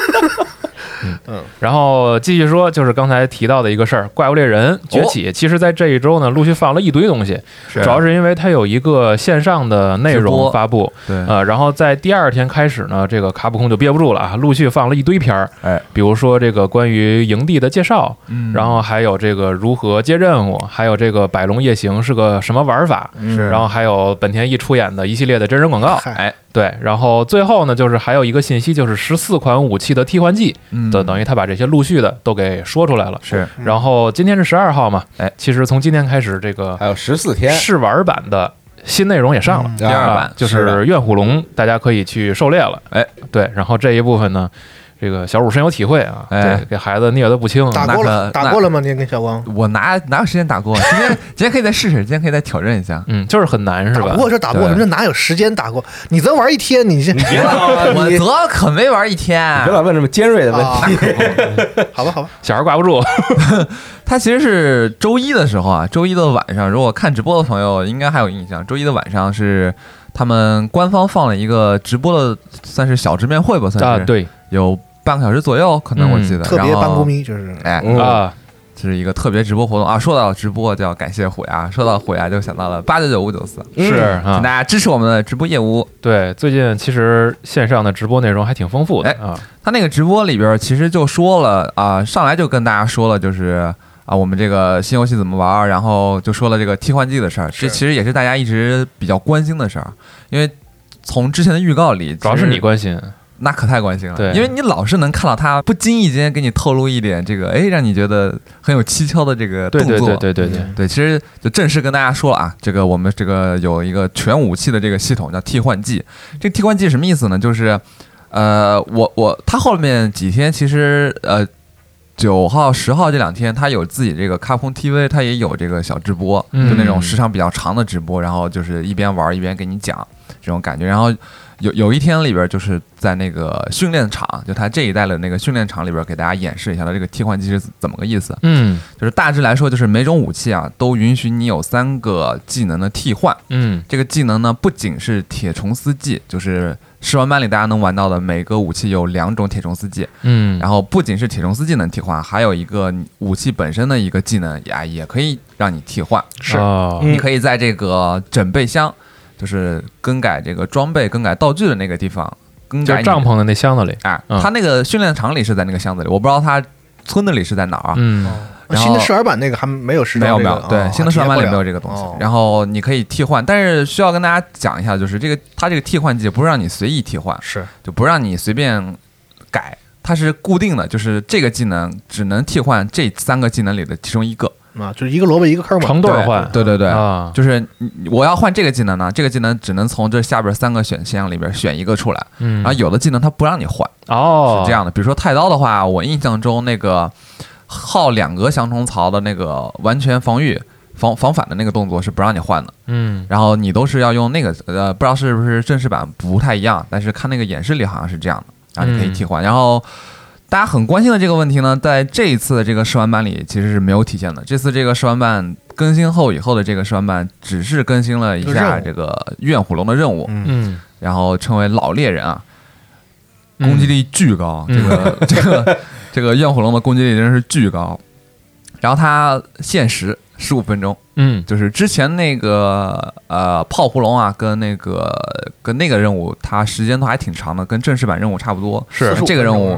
Speaker 3: 然后继续说，就是刚才提到的一个事儿，《怪物猎人崛起》其实在这一周呢，陆续放了一堆东西，主要是因为它有一个线上的内容发布，然后在第2天开始呢，这个卡普空就憋不住了啊，陆续放了一堆片儿，比如说这个关于营地的介绍，然后还有这个如何接任务，还有这个百龙夜行是个什么玩法，然后还有本田一出演的一系列的真人广告，对，然后最后呢，就是还有一个信息，就是14款武器的替换季，等于他把这些陆续的都给说出来了。然后今天是12号嘛，其实从今天开始，这个
Speaker 2: 还有14天
Speaker 3: 试玩版的新内容也上了，
Speaker 4: 第2版
Speaker 3: 就是怨虎龙，大家可以去狩猎了。对，然后这一部分呢，这个小五深有体会啊，对，给孩子虐得不轻。
Speaker 5: 打过了吗？你跟小光？
Speaker 4: 我哪有时间打过？今天可以再试试，今天可以再挑战一下。
Speaker 3: 就是很难是吧？
Speaker 5: 打过是打过，什么哪有时间打过？你则玩1天，你别
Speaker 4: 我则可没玩1天。
Speaker 2: 别老问这么尖锐的问题。
Speaker 5: 好吧，
Speaker 3: 小孩挂不住。
Speaker 4: 他其实是周一的时候啊，周一的晚上，如果看直播的朋友应该还有印象，周一的晚上是他们官方放了一个直播的，算是小直面会吧，算是
Speaker 3: 对，
Speaker 4: 有半个小时左右，可能我记得。
Speaker 5: 特别班公咪就是
Speaker 4: 这是一个特别直播活动啊！说到直播就要感谢虎牙，说到虎牙就想到了899594，
Speaker 3: 是
Speaker 4: 请大家支持我们的直播业务。
Speaker 3: 对，最近其实线上的直播内容还挺丰富的啊。
Speaker 4: 他那个直播里边其实就说了啊，上来就跟大家说了，就是啊，我们这个新游戏怎么玩，然后就说了这个替换季的事儿。这其实也是大家一直比较关心的事儿，因为从之前的预告里，
Speaker 3: 主要是你关心。
Speaker 4: 那可太关心了，
Speaker 3: 对，
Speaker 4: 因为你老是能看到他不经意间给你透露一点这个，让你觉得很有蹊跷的这个动作，对，其实就正式跟大家说了啊，这个我们这个有一个全武器的这个系统叫替换季。这个替换季什么意思呢？就是他后面几天其实9号、10号这2天，他有自己这个卡普空 TV， 他也有这个小直播，就那种时长比较长的直播，然后就是一边玩一边给你讲这种感觉，然后。有一天里边就是在那个训练场，就他这一代的那个训练场里边给大家演示一下他这个替换季是怎么个意思。就是大致来说，就是每种武器啊都允许你有3个技能的替换。这个技能呢不仅是铁虫丝技，就是试玩版里大家能玩到的每个武器有2种铁虫丝技。然后不仅是铁虫丝技能替换，还有一个武器本身的一个技能也可以让你替换。你可以在这个整备箱。就是更改这个装备、更改道具的那个地方，更改
Speaker 3: 帐篷的那箱子里。
Speaker 4: 他那个训练场里是在那个箱子里，我不知道他村子里是在哪儿啊。
Speaker 5: 新的试玩版那个还没有试，
Speaker 4: 没有，对，新的试玩版里没有这个东西。然后你可以替换，但是需要跟大家讲一下，就是它这个替换技不是让你随意替换，
Speaker 5: 是
Speaker 4: 就不让你随便改，它是固定的，就是这个技能只能替换这3个技能里的其中一个。
Speaker 5: 就是一个萝卜一个坑嘛，
Speaker 3: 成对换，
Speaker 4: 对就是我要换这个技能呢，这个技能只能从这下边3个选项里边选一个出来，然后有的技能它不让你换，是这样的。比如说太刀的话，我印象中那个耗2个降虫槽的那个完全防御防反的那个动作是不让你换的，然后你都是要用那个不知道是不是正式版不太一样，但是看那个演示里好像是这样的，然后你可以替换，然后。大家很关心的这个问题呢，在这一次的这个试玩版里其实是没有体现的。这次这个试玩版更新后以后的这个试玩版，只是更新了一下这个怨虎龙的任务，然后称为老猎人啊，攻击力巨高，这个怨虎龙的攻击力真是巨高。然后它限时15分钟，就是之前那个炮狐龙啊，跟那个任务，它时间都还挺长的，跟正式版任务差不多。
Speaker 5: 是
Speaker 4: 这个任务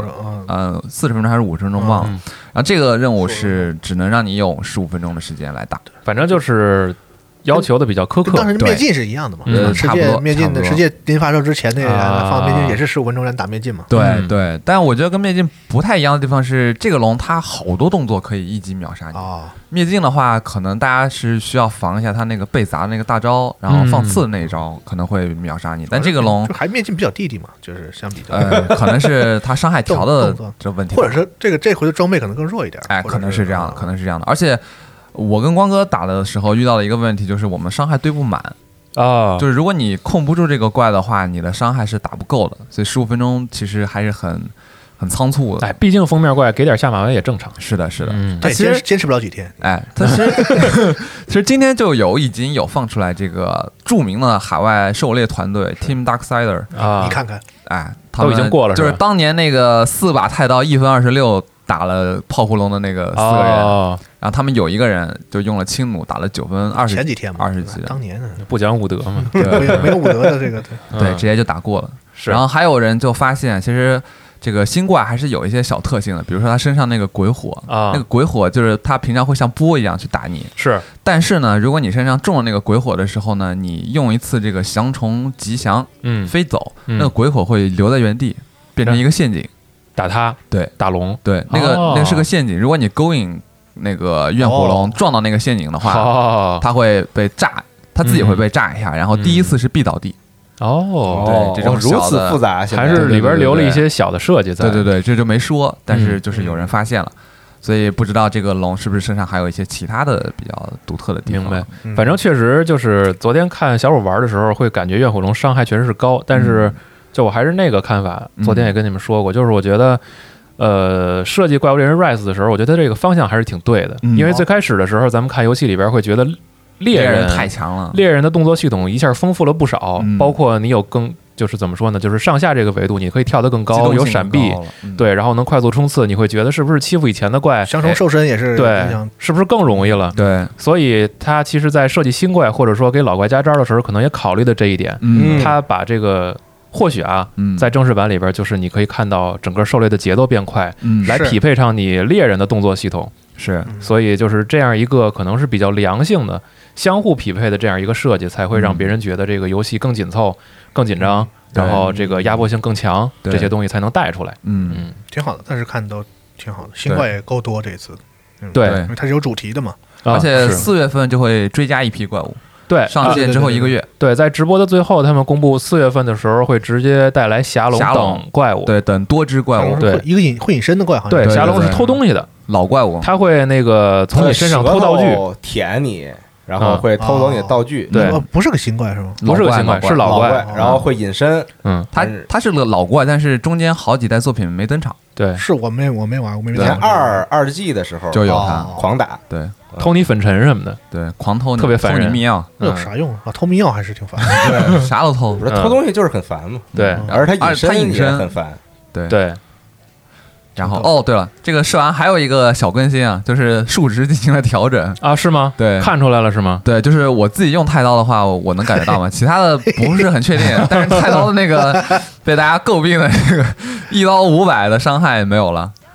Speaker 4: ，40分钟还是50分钟忘了。然后这个任务是只能让你用15分钟的时间来打，
Speaker 3: 反正就是要求的比较苛刻。
Speaker 5: 当时灭尽是一样的嘛，
Speaker 4: 世界
Speaker 5: 灭尽的世界临发售之前那个放灭尽也是15分钟让打灭尽嘛。
Speaker 4: 对，但我觉得跟灭尽不太一样的地方是，这个龙它好多动作可以一击秒杀你。灭尽的话，可能大家是需要防一下它那个被砸的那个大招，然后放刺的那一招可能会秒杀你。但这个龙
Speaker 5: 就还灭尽比较弟弟嘛，就是相比较，
Speaker 4: 可能是它伤害调的这问题，
Speaker 5: 或者说这回的装备可能更弱一点。
Speaker 4: 可能是这样的，而且。我跟光哥打的时候遇到的一个问题就是我们伤害堆不满就是如果你控不住这个怪的话，你的伤害是打不够的，所以15分钟其实还是很仓促的。
Speaker 3: 毕竟封面怪给点下马威也正常。
Speaker 4: 是的，
Speaker 5: 但其实坚持不了几天。
Speaker 4: 但是其实今天就已经有放出来这个著名的海外狩猎团队 Team Darksider
Speaker 5: 你看看，
Speaker 4: 他们
Speaker 3: 都已经过了，
Speaker 4: 就是当年那个4把太刀1分26。打了炮狐龙的那个4个人，然后他们有一个人就用了轻弩打了9分20，
Speaker 5: 前几天嘛
Speaker 4: 20几，
Speaker 3: 当年不讲武德嘛，
Speaker 5: 没有武德的这个，
Speaker 4: 对，直接就打过了。然后还有人就发现，其实这个新怪还是有一些小特性的，比如说他身上那个鬼火那个鬼火就是他平常会像波一样去打你，但是呢，如果你身上中了那个鬼火的时候呢，你用一次这个降虫吉祥，飞走，那个鬼火会留在原地，变成一个陷阱。
Speaker 3: 打他，
Speaker 4: 对，
Speaker 3: 打龙，
Speaker 4: 对，那个是个陷阱。如果你勾引那个怨火龙撞到那个陷阱的话，它会被炸，它自己会被炸一下，然后第一次是必倒地。对，这种
Speaker 2: 如此复杂，
Speaker 3: 还是里边留了一些小的设计在。
Speaker 4: 对，这就没说，但是就是有人发现了，所以不知道这个龙是不是身上还有一些其他的比较独特的地方。
Speaker 3: 明白，反正确实就是昨天看小五玩的时候，会感觉怨火龙伤害确实是高，但是。就我还是那个看法，昨天也跟你们说过，就是我觉得，设计怪物猎人 Rise 的时候，我觉得这个方向还是挺对的，因为最开始的时候，咱们看游戏里边会觉得猎人
Speaker 4: 太强了，
Speaker 3: 猎人的动作系统一下丰富了不少，包括你有就是怎么说呢，就是上下这个维度你可以跳得更高，有闪避，对，然后能快速冲刺，你会觉得是不是欺负以前的怪，
Speaker 5: 降虫瘦身也是
Speaker 3: 对，是不是更容易了？
Speaker 4: 对，
Speaker 3: 所以他其实在设计新怪或者说给老怪加招的时候，可能也考虑的这一点，他把这个。或许在正式版里边，就是你可以看到整个狩猎的节奏变快，来匹配上你猎人的动作系统，所以就是这样一个可能是比较良性的、相互匹配的这样一个设计，才会让别人觉得这个游戏更紧凑、更紧张，然后这个压迫性更强，这些东西才能带出来。
Speaker 5: 挺好的，但是看都挺好的，新怪也够多这次。
Speaker 3: 对，
Speaker 5: 因为它是有主题的嘛，
Speaker 4: 而且4月份就会追加一批怪物。
Speaker 3: 对，
Speaker 4: 上线之后1个月，
Speaker 3: 对，在直播的最后，他们公布4月份的时候会直接带来霞龙等怪物，
Speaker 4: 对，等多只怪物，
Speaker 3: 对，
Speaker 5: 一个会隐身的怪，好像
Speaker 3: 对，霞龙是偷东西的
Speaker 4: 老怪物，
Speaker 3: 他会那个从你身上偷道具，
Speaker 2: 舔你，然后会偷走你的道具，
Speaker 3: 对，
Speaker 5: 不是个新怪是吗？
Speaker 3: 不是个新怪，是老怪，
Speaker 2: 然后会隐身，
Speaker 4: 他是个老怪，但是中间好几代作品没登场，
Speaker 3: 对，
Speaker 5: 是我没玩，我没
Speaker 2: 玩。二季的时候
Speaker 4: 就有他
Speaker 2: 狂打，
Speaker 4: 对。
Speaker 3: 偷你粉尘什么的，
Speaker 4: 对，狂偷你，
Speaker 3: 特别烦人。
Speaker 4: 偷你密钥，
Speaker 5: 那有啥用啊？偷密钥还是挺烦
Speaker 4: 的，对，啥都偷。
Speaker 2: 偷东西就是很烦嘛。
Speaker 3: 对，
Speaker 2: 而他隐身很烦。
Speaker 3: 对。
Speaker 4: 然后对了，这个试完还有一个小更新啊，就是数值进行了调整
Speaker 3: 啊，是吗？
Speaker 4: 对，
Speaker 3: 看出来了是吗？
Speaker 4: 对，就是我自己用太刀的话，我能感觉到吗？其他的不是很确定，但是太刀的那个被大家诟病的这个1刀500的伤害没有了。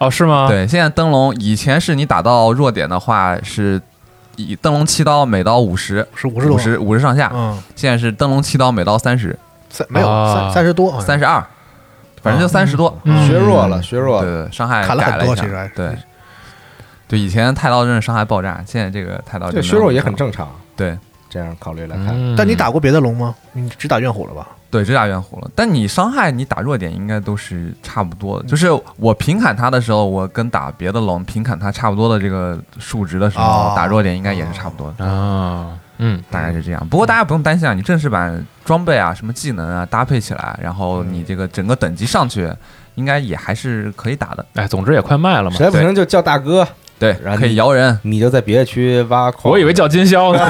Speaker 3: 哦，是吗？
Speaker 4: 对，现在灯笼以前是你打到弱点的话是以灯笼7刀每刀50，
Speaker 5: 是50
Speaker 4: 上下。现在是灯笼7刀每刀30，
Speaker 5: 没有30多
Speaker 4: ，32，反正就30多，
Speaker 2: 削弱了，
Speaker 4: 对，伤害
Speaker 5: 砍了很多，其实
Speaker 4: 对。对，以前太刀真是伤害爆炸，现在这个太刀
Speaker 2: 这削弱也很正常。
Speaker 4: 对，
Speaker 2: 这样考虑来看。
Speaker 5: 但你打过别的龙吗？你只打怨虎了吧？
Speaker 4: 对，只打怨虎了。但你伤害你打弱点应该都是差不多的。就是我平砍它的时候，我跟打别的龙平砍它差不多的这个数值的时候，打弱点应该也是差不多的啊。大概是这样。不过大家不用担心啊，你正式版装备啊、什么技能啊搭配起来，然后你这个整个等级上去，应该也还是可以打的。
Speaker 3: 哎，总之也快卖了嘛，
Speaker 2: 实在不行就叫大哥。
Speaker 4: 对，可以摇人，
Speaker 2: 你就在别的区挖矿。
Speaker 3: 我以为叫金宵呢。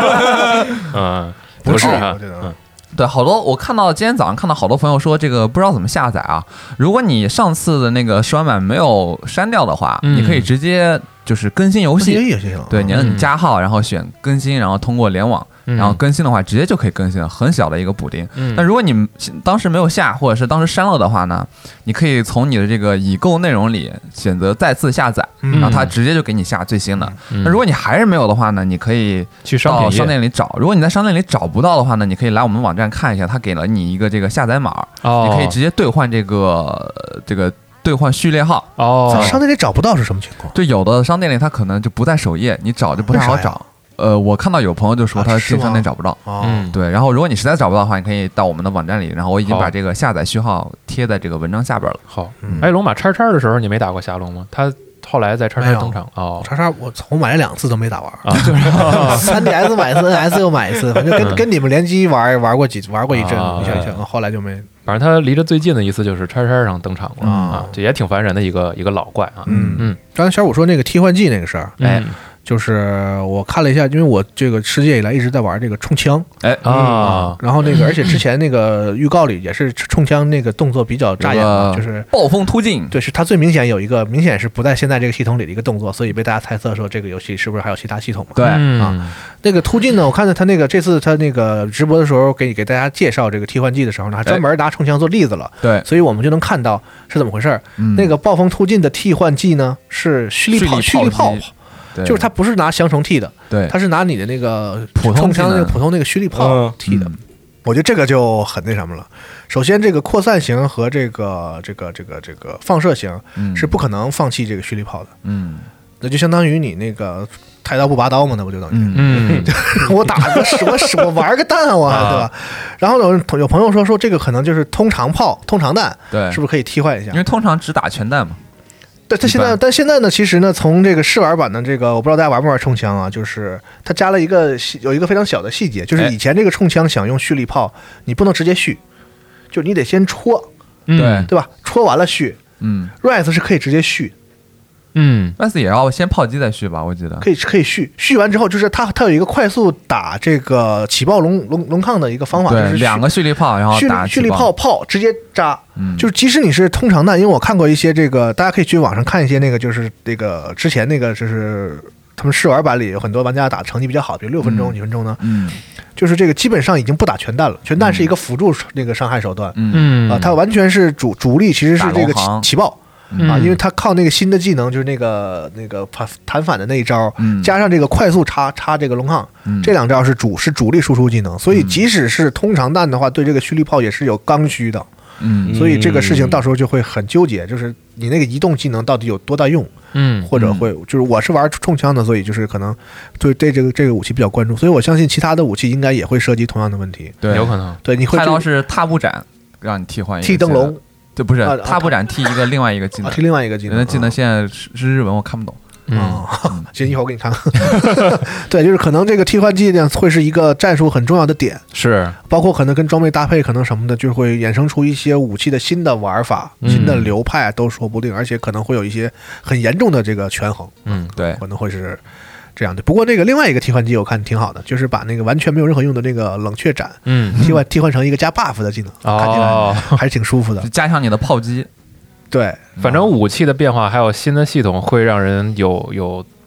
Speaker 3: 不是，
Speaker 4: 对，好多我看到今天早上看到好多朋友说这个不知道怎么下载啊。如果你上次的那个试玩版没有删掉的话，你可以直接就是更新游戏
Speaker 5: 也行。
Speaker 4: 对，你按加号，然后选更新，然后通过联网。然后更新的话，直接就可以更新了，很小的一个补丁。但如果你当时没有下，或者是当时删了的话呢，你可以从你的这个已购内容里选择再次下载，然后它直接就给你下最新的。那如果你还是没有的话呢，你可以
Speaker 3: 去
Speaker 4: 到商店里找。如果你在商店里找不到的话呢，你可以来我们网站看一下，它给了你一个这个下载码，你可以直接兑换这个兑换序列号。
Speaker 5: 在商店里找不到是什么情况？
Speaker 4: 对，有的商店里它可能就不在首页，你找就不太好找。我看到有朋友就说他进商店找不到，对。然后如果你实在找不到的话，你可以到我们的网站里，然后我已经把这个下载序号贴在这个文章下边了。
Speaker 3: 好，哎，龙马叉叉的时候你没打过霞龙吗？他后来在叉叉登场
Speaker 5: 叉叉我买了2次都没打完啊，就是3DS 买一次 ，NS 又买一次，反正跟你们联机玩过一阵，一下，后来就没。
Speaker 3: 反正他离着最近的一次就是叉叉上登场过啊，这也挺烦人的一个老怪啊。
Speaker 5: 刚才小五说那个替换技那个事儿，就是我看了一下，因为我这个世界以来一直在玩这个冲枪，然后那个而且之前那个预告里也是冲枪那个动作比较扎眼的，就是
Speaker 4: 暴风突进，
Speaker 5: 对，是它最明显有一个明显是不在现在这个系统里的一个动作，所以被大家猜测说这个游戏是不是还有其他系统嘛？
Speaker 4: 对
Speaker 5: 那个突进呢，我看到他那个这次他那个直播的时候给大家介绍这个替换技的时候呢，还专门拿冲枪做例子了，
Speaker 4: 对，
Speaker 5: 所以我们就能看到是怎么回事。那个暴风突进的替换技呢是蓄力炮。就是它不是拿降虫替的，
Speaker 4: 对，
Speaker 5: 它是拿你的那个
Speaker 4: 冲
Speaker 5: 枪那个普通那个蓄力炮替的。我觉得这个就很那什么了。首先，这个扩散型和这个放射型是不可能放弃这个蓄力炮的。那就相当于你那个抬刀不拔刀嘛，那不就等于我打个我玩个弹我对吧？然后有朋友说这个可能就是通常弹，
Speaker 4: 对，
Speaker 5: 是不是可以替换一下？因
Speaker 4: 为通常只打全弹嘛。
Speaker 5: 对，但现在呢，其实呢，从这个试玩版的这个，我不知道大家玩不玩冲枪啊，就是它加了有一个非常小的细节，就是以前这个冲枪想用蓄力炮，你不能直接蓄，就你得先戳，对吧？戳完了蓄，Rise 是可以直接蓄。
Speaker 4: Rise 也要先炮击再蓄吧，我记得
Speaker 5: 可以蓄完之后，就是它有一个快速打这个起爆龙抗的一个方法，就是
Speaker 4: 2个蓄力炮，然后打
Speaker 5: 蓄力炮直接扎，就是即使你是通常弹，因为我看过一些这个，大家可以去网上看一些那个，就是那个之前那个就是他们试玩版里有很多玩家打成绩比较好，比如6分钟、几分钟呢，就是这个基本上已经不打全弹了，全弹是一个辅助那个伤害手段，它完全是主力其实是这个起爆。因为他靠那个新的技能，就是那个弹反的那一招，加上这个快速插这个龙抗，这2招是主力输出技能，所以即使是通常弹的话，对这个蓄力炮也是有刚需的，所以这个事情到时候就会很纠结，就是你那个移动技能到底有多大用，或者会就是我是玩冲枪的，所以就是可能对这个武器比较关注，所以我相信其他的武器应该也会涉及同样的问题，
Speaker 4: 对，
Speaker 3: 有可能，
Speaker 5: 对，你会
Speaker 4: 看到是踏步斩让你替换
Speaker 5: 替灯笼。
Speaker 4: 对，不是踏步斩替另外一个技能，
Speaker 5: 替另外一个技能。
Speaker 4: 人的技能现在是日文，我看不懂。
Speaker 5: 行，一会儿我给你看看。对，就是可能这个替换技呢会是一个战术很重要的点，
Speaker 3: 是
Speaker 5: 包括可能跟装备搭配，可能什么的，就会衍生出一些武器的新的玩法、新的流派都说不定，而且可能会有一些很严重的这个权衡。
Speaker 4: 对，
Speaker 5: 可能会是这样的。不过那个另外一个替换技我看挺好的，就是把那个完全没有任何用的那个冷却斩，替换成一个加 buff 的技能，看起来还是挺舒服的，
Speaker 4: 加强你的炮击。
Speaker 5: 对，
Speaker 3: 反正武器的变化还有新的系统会让人有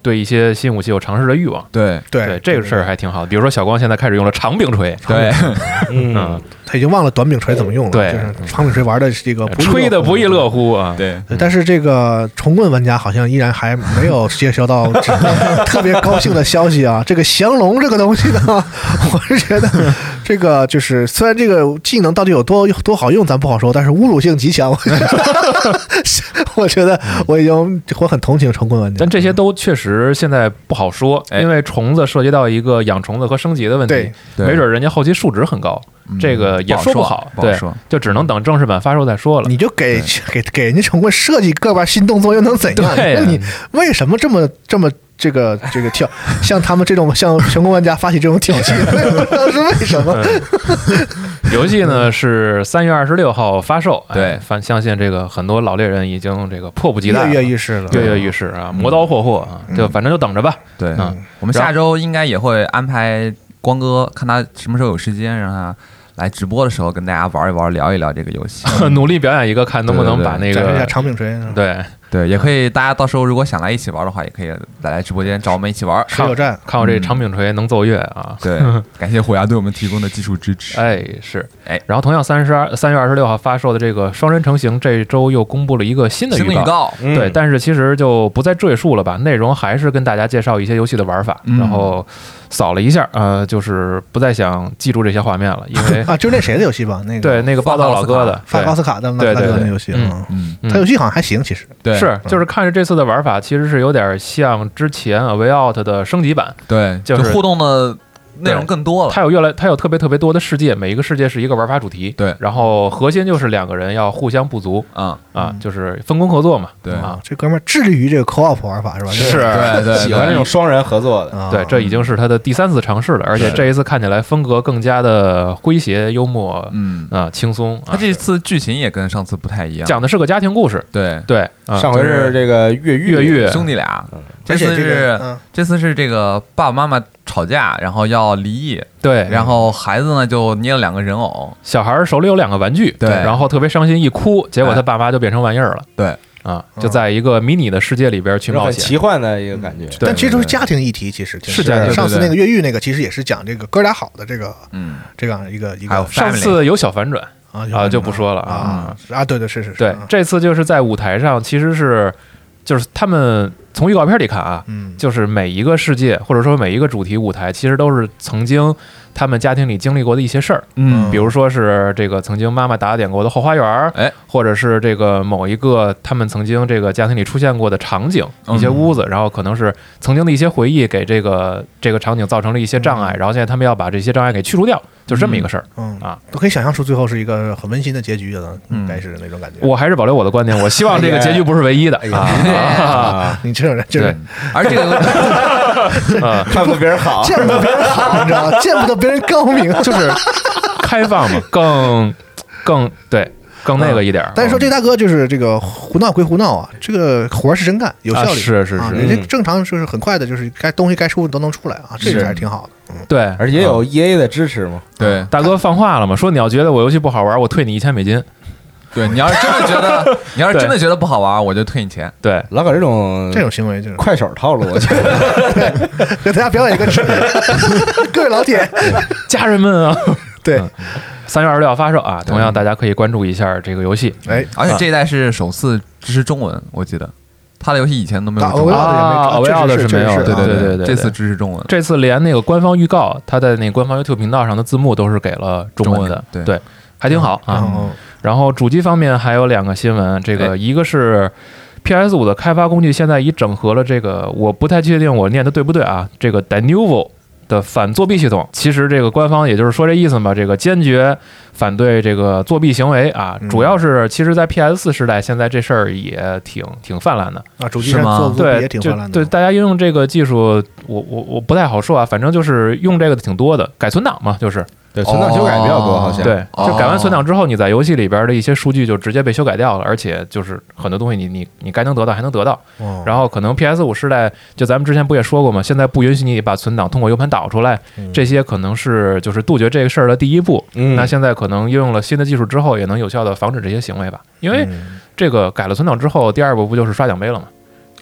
Speaker 3: 对一些新武器有尝试的欲望。
Speaker 4: 对，
Speaker 3: 这个事儿还挺好的。比如说小光现在开始用了长柄锤，
Speaker 4: 对，
Speaker 5: 他已经忘了短柄锤怎么用了，
Speaker 3: 对，
Speaker 5: 就是长柄锤玩的这个
Speaker 3: 吹的不亦乐乎啊。
Speaker 4: 对，
Speaker 5: 但是这个重棍玩家好像依然还没有接收到特别高兴的消息啊。这个降龙这个东西呢，我是觉得这个就是虽然这个技能到底有多好用咱不好说，但是侮辱性极强。我觉得我很同情重棍玩家，
Speaker 3: 但这些都确实现在不好说，因为虫子涉及到一个养虫子和升级的问题，没准人家后期数值很高，这个也说不好，对，就只能等正式版发售再说了。
Speaker 5: 你就给人家重棍设计个把新动作又能怎样？
Speaker 3: 对，
Speaker 5: 你为什么这么这个挑像他们这种向成功玩家发起这种挑衅，不知道是为什么。
Speaker 3: 游戏呢是3月26号发售，
Speaker 4: 对，
Speaker 3: 相信这个很多老猎人已经这个迫不及待，
Speaker 5: 跃跃欲试了，
Speaker 3: 跃跃欲试啊，磨刀霍霍啊，就反正就等着吧。
Speaker 4: 对，我们下周应该也会安排光哥，看他什么时候有时间，让他来直播的时候跟大家玩一玩，聊一聊这个游戏，
Speaker 3: 努力表演一个，看能不能把那个
Speaker 5: 展示一下长柄锤。
Speaker 3: 对，
Speaker 4: 也可以，大家到时候如果想来一起玩的话，也可以来直播间找我们一起玩。
Speaker 5: 持有战，
Speaker 3: 看我这长柄锤能奏乐啊！
Speaker 4: 对，感谢虎牙对我们提供的技术支持。
Speaker 3: 然后同样3月26号发售的这个双人成行，这周又公布了一个新的预告。对，但是其实就不再赘述了吧，内容还是跟大家介绍一些游戏的玩法，然后扫了一下，就是不再想记住这些画面了，因为
Speaker 5: 就那谁的游戏吧，
Speaker 3: 那个报道老哥的
Speaker 5: 发高斯卡的
Speaker 3: 对
Speaker 5: 那游戏，他游戏好像还行，其实
Speaker 4: 对。
Speaker 3: 是，就是看着这次的玩法，其实是有点像之前 A Way Out 的升级版，
Speaker 4: 对，
Speaker 3: 就是
Speaker 4: 互动的内容更多了。
Speaker 3: 它有特别多的世界，每一个世界是一个玩法主题。
Speaker 4: 对，
Speaker 3: 然后核心就是2个人要互相不足就是分工合作嘛。
Speaker 4: 对
Speaker 3: 啊，
Speaker 5: 这哥们儿致力于这个 co-op 玩法是吧？
Speaker 3: 是，
Speaker 4: 对，
Speaker 2: 喜欢这种双人合作的。
Speaker 3: 对，这已经是他的第3次尝试了，而且这一次看起来风格更加的诙谐幽默，轻松。
Speaker 4: 他这次剧情也跟上次不太一样，
Speaker 3: 讲的是个家庭故事。
Speaker 4: 对，
Speaker 3: 上
Speaker 2: 回是这个越狱
Speaker 4: 兄弟俩，这次是这个爸爸妈妈吵架，然后要离异，
Speaker 3: 对，
Speaker 4: 然后孩子呢就捏了2个人偶，
Speaker 3: 小孩手里有2个玩具，
Speaker 4: 对，
Speaker 3: 然后特别伤心一哭，结果他爸妈就变成玩意儿了，
Speaker 4: 对，
Speaker 3: 就在一个迷你的世界里边去冒险，
Speaker 2: 奇幻的一个感觉。
Speaker 5: 但其实都是家庭议题，其实
Speaker 3: 是家庭。
Speaker 5: 上次那个越狱那个其实也是讲这个哥俩好的这个，这样一个。
Speaker 3: 上次有小反转就不说了
Speaker 5: 对，是。
Speaker 3: 对，这次就是在舞台上，其实是就是他们。从预告片里看啊，就是每一个世界或者说每一个主题舞台，其实都是曾经他们家庭里经历过的一些事儿，比如说是这个曾经妈妈打点过的后花园，或者是这个某一个他们曾经这个家庭里出现过的场景，一些屋子，然后可能是曾经的一些回忆给这个场景造成了一些障碍，然后现在他们要把这些障碍给去除掉，就是这么一个事儿，
Speaker 5: 都可以想象出最后是一个很温馨的结局的，应该是那种感觉。
Speaker 3: 我还是保留我的观点，我希望这个结局不是唯一的
Speaker 5: 你这种人就是，
Speaker 4: 而这个
Speaker 2: 看不得别人好，
Speaker 5: 见不得别人好，你知道吗？见不得别人高明，
Speaker 3: 就是开放嘛，更对，更那个一点。
Speaker 5: 但是说这大哥就是这个胡闹归胡闹啊，这个活是真干，有效率，
Speaker 3: 是，
Speaker 5: 人家正常就是很快的，就是该东西该出都能出来啊，这个还是挺好的。
Speaker 3: 对，
Speaker 2: 而且也有 EA 的支持嘛。
Speaker 4: 对，
Speaker 3: 大哥放话了嘛，说你要觉得我游戏不好玩，我退你1000美金。
Speaker 4: 对，你要是真的觉得不好玩，我就退你钱。
Speaker 3: 对，
Speaker 2: 老搞这种
Speaker 5: 行为就是
Speaker 2: 快手套路，我觉得。
Speaker 5: 给大家表演一个各位老铁、
Speaker 3: 家人们啊，
Speaker 5: 对
Speaker 3: ，3月26号发售啊，同样大家可以关注一下这个游戏。
Speaker 4: 而且这一代是首次支持中文，我记得他的游戏以前都没有中文
Speaker 3: ，OVL 的是没有，对，
Speaker 4: 这次支持中文，
Speaker 3: 这次连那个官方预告，他在那个官方 YouTube 频道上的字幕都是给了中文的，对，还挺好啊。然后主机方面还有2个新闻，这个一个是 PS5 的开发工具现在已整合了这个，我不太确定我念的对不对啊，这个 Denuvo 的反作弊系统。其实这个官方也就是说这意思嘛，这个坚决反对这个作弊行为啊，主要是其实在 PS4 时代，现在这事儿也挺泛滥的
Speaker 5: 啊，主机上做作弊也挺泛滥的。
Speaker 3: 对，大家应用这个技术，我不太好说啊，反正就是用这个的挺多的，改存档嘛，就是。
Speaker 2: 对，存档修改比较多，好像
Speaker 3: 对，就改完存档之后，你在游戏里边的一些数据就直接被修改掉了，而且就是很多东西你该能得到还能得到。然后可能 PS5 时代，就咱们之前不也说过吗？现在不允许你把存档通过 U 盘导出来，这些可能是就是杜绝这个事儿的第一步。那现在可能应用了新的技术之后，也能有效的防止这些行为吧？因为这个改了存档之后，第2步不就是刷奖杯了吗？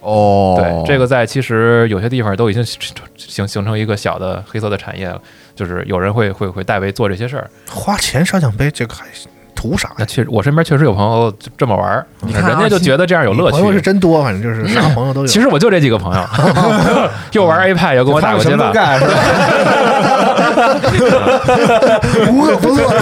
Speaker 3: 哦，对，这个在其实有些地方都已经形成一个小的黑色的产业了，就是有人会代为做这些事儿。
Speaker 5: 花钱烧奖杯，这个还图啥？
Speaker 3: 那我身边确实有朋友这么玩，你看人家就觉得这样有乐趣。
Speaker 5: 朋友是真多，反正就是啥朋友都有。
Speaker 3: 其实我就这几个朋友，又玩 iPad，又跟我打过街霸，
Speaker 5: 无恶不作。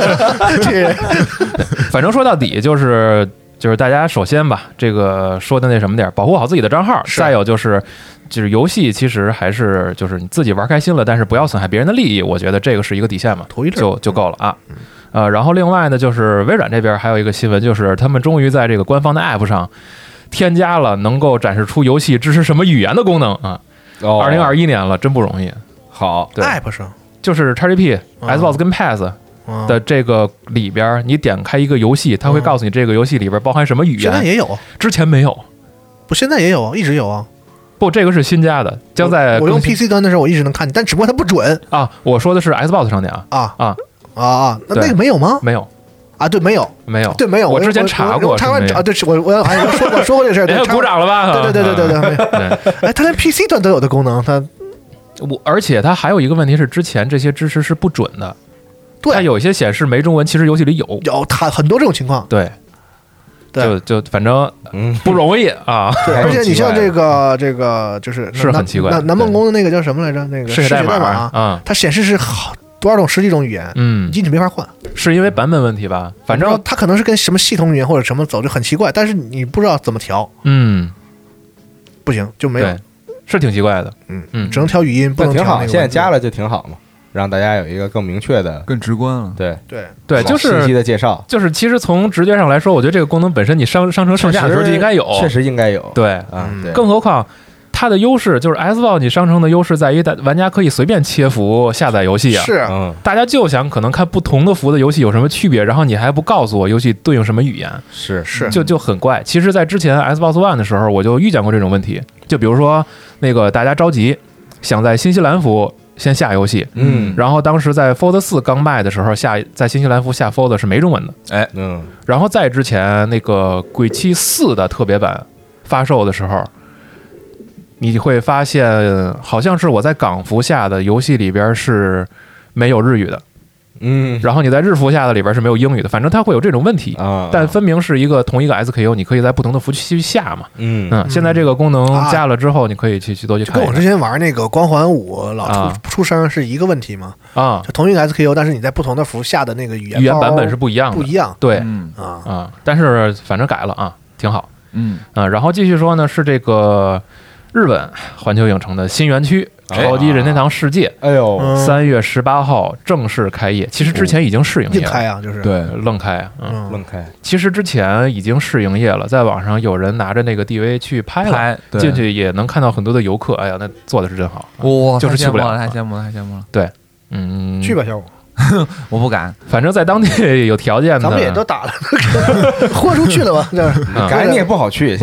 Speaker 3: 反正说到底就是大家首先吧，这个说的那什么点，保护好自己的账号。再有就是游戏其实还是就是你自己玩开心了，但是不要损害别人的利益，我觉得这个是一个底线嘛，就够了啊。然后另外呢，就是微软这边还有一个新闻，就是他们终于在这个官方的 App 上添加了能够展示出游戏支持什么语言的功能啊。2021年了，真不容易。
Speaker 2: 好，
Speaker 3: 对
Speaker 5: ，App 上
Speaker 3: 就是 XGP、Xbox 跟 Pass 的这个里边，你点开一个游戏，它会告诉你这个游戏里边包含什么语言。
Speaker 5: 现在也有，
Speaker 3: 之前没有。
Speaker 5: 不，现在也有，一直有啊。
Speaker 3: 不，这个是新加的，将在
Speaker 5: 我用 PC 端的时候，我一直能看见，但只不过它不准
Speaker 3: 啊。我说的是 Xbox 上的啊，
Speaker 5: 那个没有吗？
Speaker 3: 没有
Speaker 5: 啊，对，没有，
Speaker 3: 对，没有。我之前查过，
Speaker 5: 对，我说过这事儿，
Speaker 3: 鼓掌了吧？
Speaker 5: 对。哎，它连 PC 端都有的功能，
Speaker 3: 而且它还有一个问题是，之前这些支持是不准的。
Speaker 5: 对，
Speaker 3: 它有一些显示没中文，其实游戏里有，
Speaker 5: 它很多这种情况。
Speaker 3: 对，就反正不容易啊。
Speaker 5: 对，而且你像这个就是
Speaker 3: 很奇怪。
Speaker 5: 南梦宫的那个叫什么来着？那个
Speaker 3: 嗜血代码啊，
Speaker 5: 它显示是多少种十几种语言，你进去没法换，
Speaker 3: 是因为版本问题吧？反正
Speaker 5: 它可能是跟什么系统语言或者什么走，就很奇怪，但是你不知道怎么调，不行就没有，
Speaker 3: 是挺奇怪的，
Speaker 5: 只能调语音，不能调那个文字。
Speaker 2: 现在加了就挺好嘛，让大家有一个更明确的、
Speaker 4: 更直观了。
Speaker 3: 对，就是
Speaker 2: 信息的介绍。
Speaker 3: 就是其实从直觉上来说，我觉得这个功能本身你商城上架的时候就应该有，
Speaker 2: 确实应该有。
Speaker 3: 对，
Speaker 2: 对。
Speaker 3: 更何况它的优势就是 Xbox 你商城的优势在于玩家可以随便切服下载游戏啊。
Speaker 5: 是，
Speaker 3: 大家就想可能看不同的服的游戏有什么区别，然后你还不告诉我游戏对应什么语言，
Speaker 2: 是，
Speaker 3: 就很怪。其实，在之前 Xbox One 的时候，我就遇见过这种问题。就比如说那个大家着急想在新西兰服先下游戏，然后当时在 Fold 4刚卖的时候在新西兰服下 Fold 是没中文的，然后在之前那个鬼泣4的特别版发售的时候，你会发现好像是我在港服下的游戏里边是没有日语的，然后你在日服下的里边是没有英语的，反正它会有这种问题但分明是同一个 SKU， 你可以在不同的服去下嘛。现在这个功能加了之后，你可以去多去看。
Speaker 5: 跟我之前玩那个光环5老出声是一个问题吗？就同一个 SKU， 但是你在不同的服下的那个语言
Speaker 3: 版本是不一样的，对，但是反正改了啊，挺好。然后继续说呢，是这个日本环球影城的新园区超级任天堂世界，3月18号正式开业。其实之前已经试营业了，
Speaker 5: 硬开啊，就是
Speaker 3: 对，愣开啊，
Speaker 2: 愣开。
Speaker 3: 其实之前已经试营业了，在网上有人拿着那个 DV 去拍了，进去也能看到很多的游客。哎呀，那做的是真好，就是去不了，
Speaker 4: 太羡慕了。
Speaker 3: 对，
Speaker 5: 去吧，小五。
Speaker 4: 我不敢，
Speaker 3: 反正在当地有条件的，
Speaker 5: 咱们也都打了，豁出去了吧？
Speaker 2: 赶你也不好去。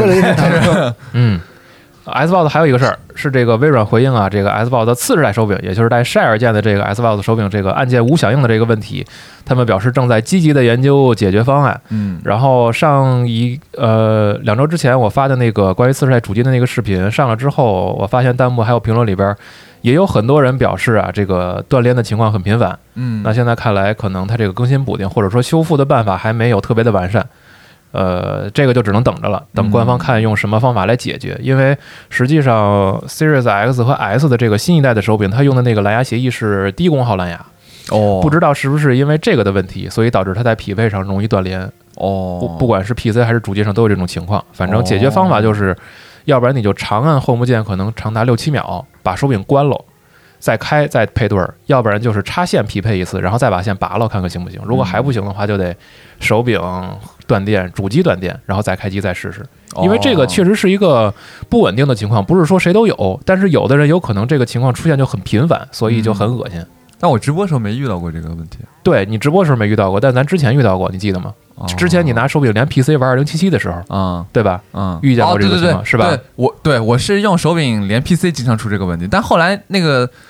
Speaker 3: Xbox 还有一个事儿是这个微软回应啊，这个 Xbox 的次世代手柄，也就是带 Share 键的这个 Xbox 手柄，这个按键无响应的这个问题，他们表示正在积极的研究解决方案。然后2周之前我发的那个关于次世代主机的那个视频上了之后，我发现弹幕还有评论里边也有很多人表示啊，这个断连的情况很频繁。那现在看来，可能它这个更新补丁或者说修复的办法还没有特别的完善。这个就只能等着了，等官方看用什么方法来解决。因为实际上 Series X 和 S 的这个新一代的手柄，它用的那个蓝牙协议是低功耗蓝牙。不知道是不是因为这个的问题，所以导致它在匹配上容易断连。不管是 PC 还是主机上都有这种情况。反正解决方法就是，要不然你就长按 Home 键，可能长达6-7秒，把手柄关了。再开再配对儿，要不然就是插线匹配一次，然后再把线拔了，看看行不行。如果还不行的话，就得手柄断电、主机断电，然后再开机再试试。因为这个确实是一个不稳定的情况，不是说谁都有，但是有的人有可能这个情况出现就很频繁，所以就很恶心。
Speaker 4: 但我直播时候没遇到过这个问题。
Speaker 3: 对，你直播时候没遇到过，但咱之前遇到过，你记得吗？之前你拿手柄连 PC 玩2077的时候，对吧？遇见过这个情况，是吧？
Speaker 4: 我是用手柄连 PC 经常出这个问题，但后来那个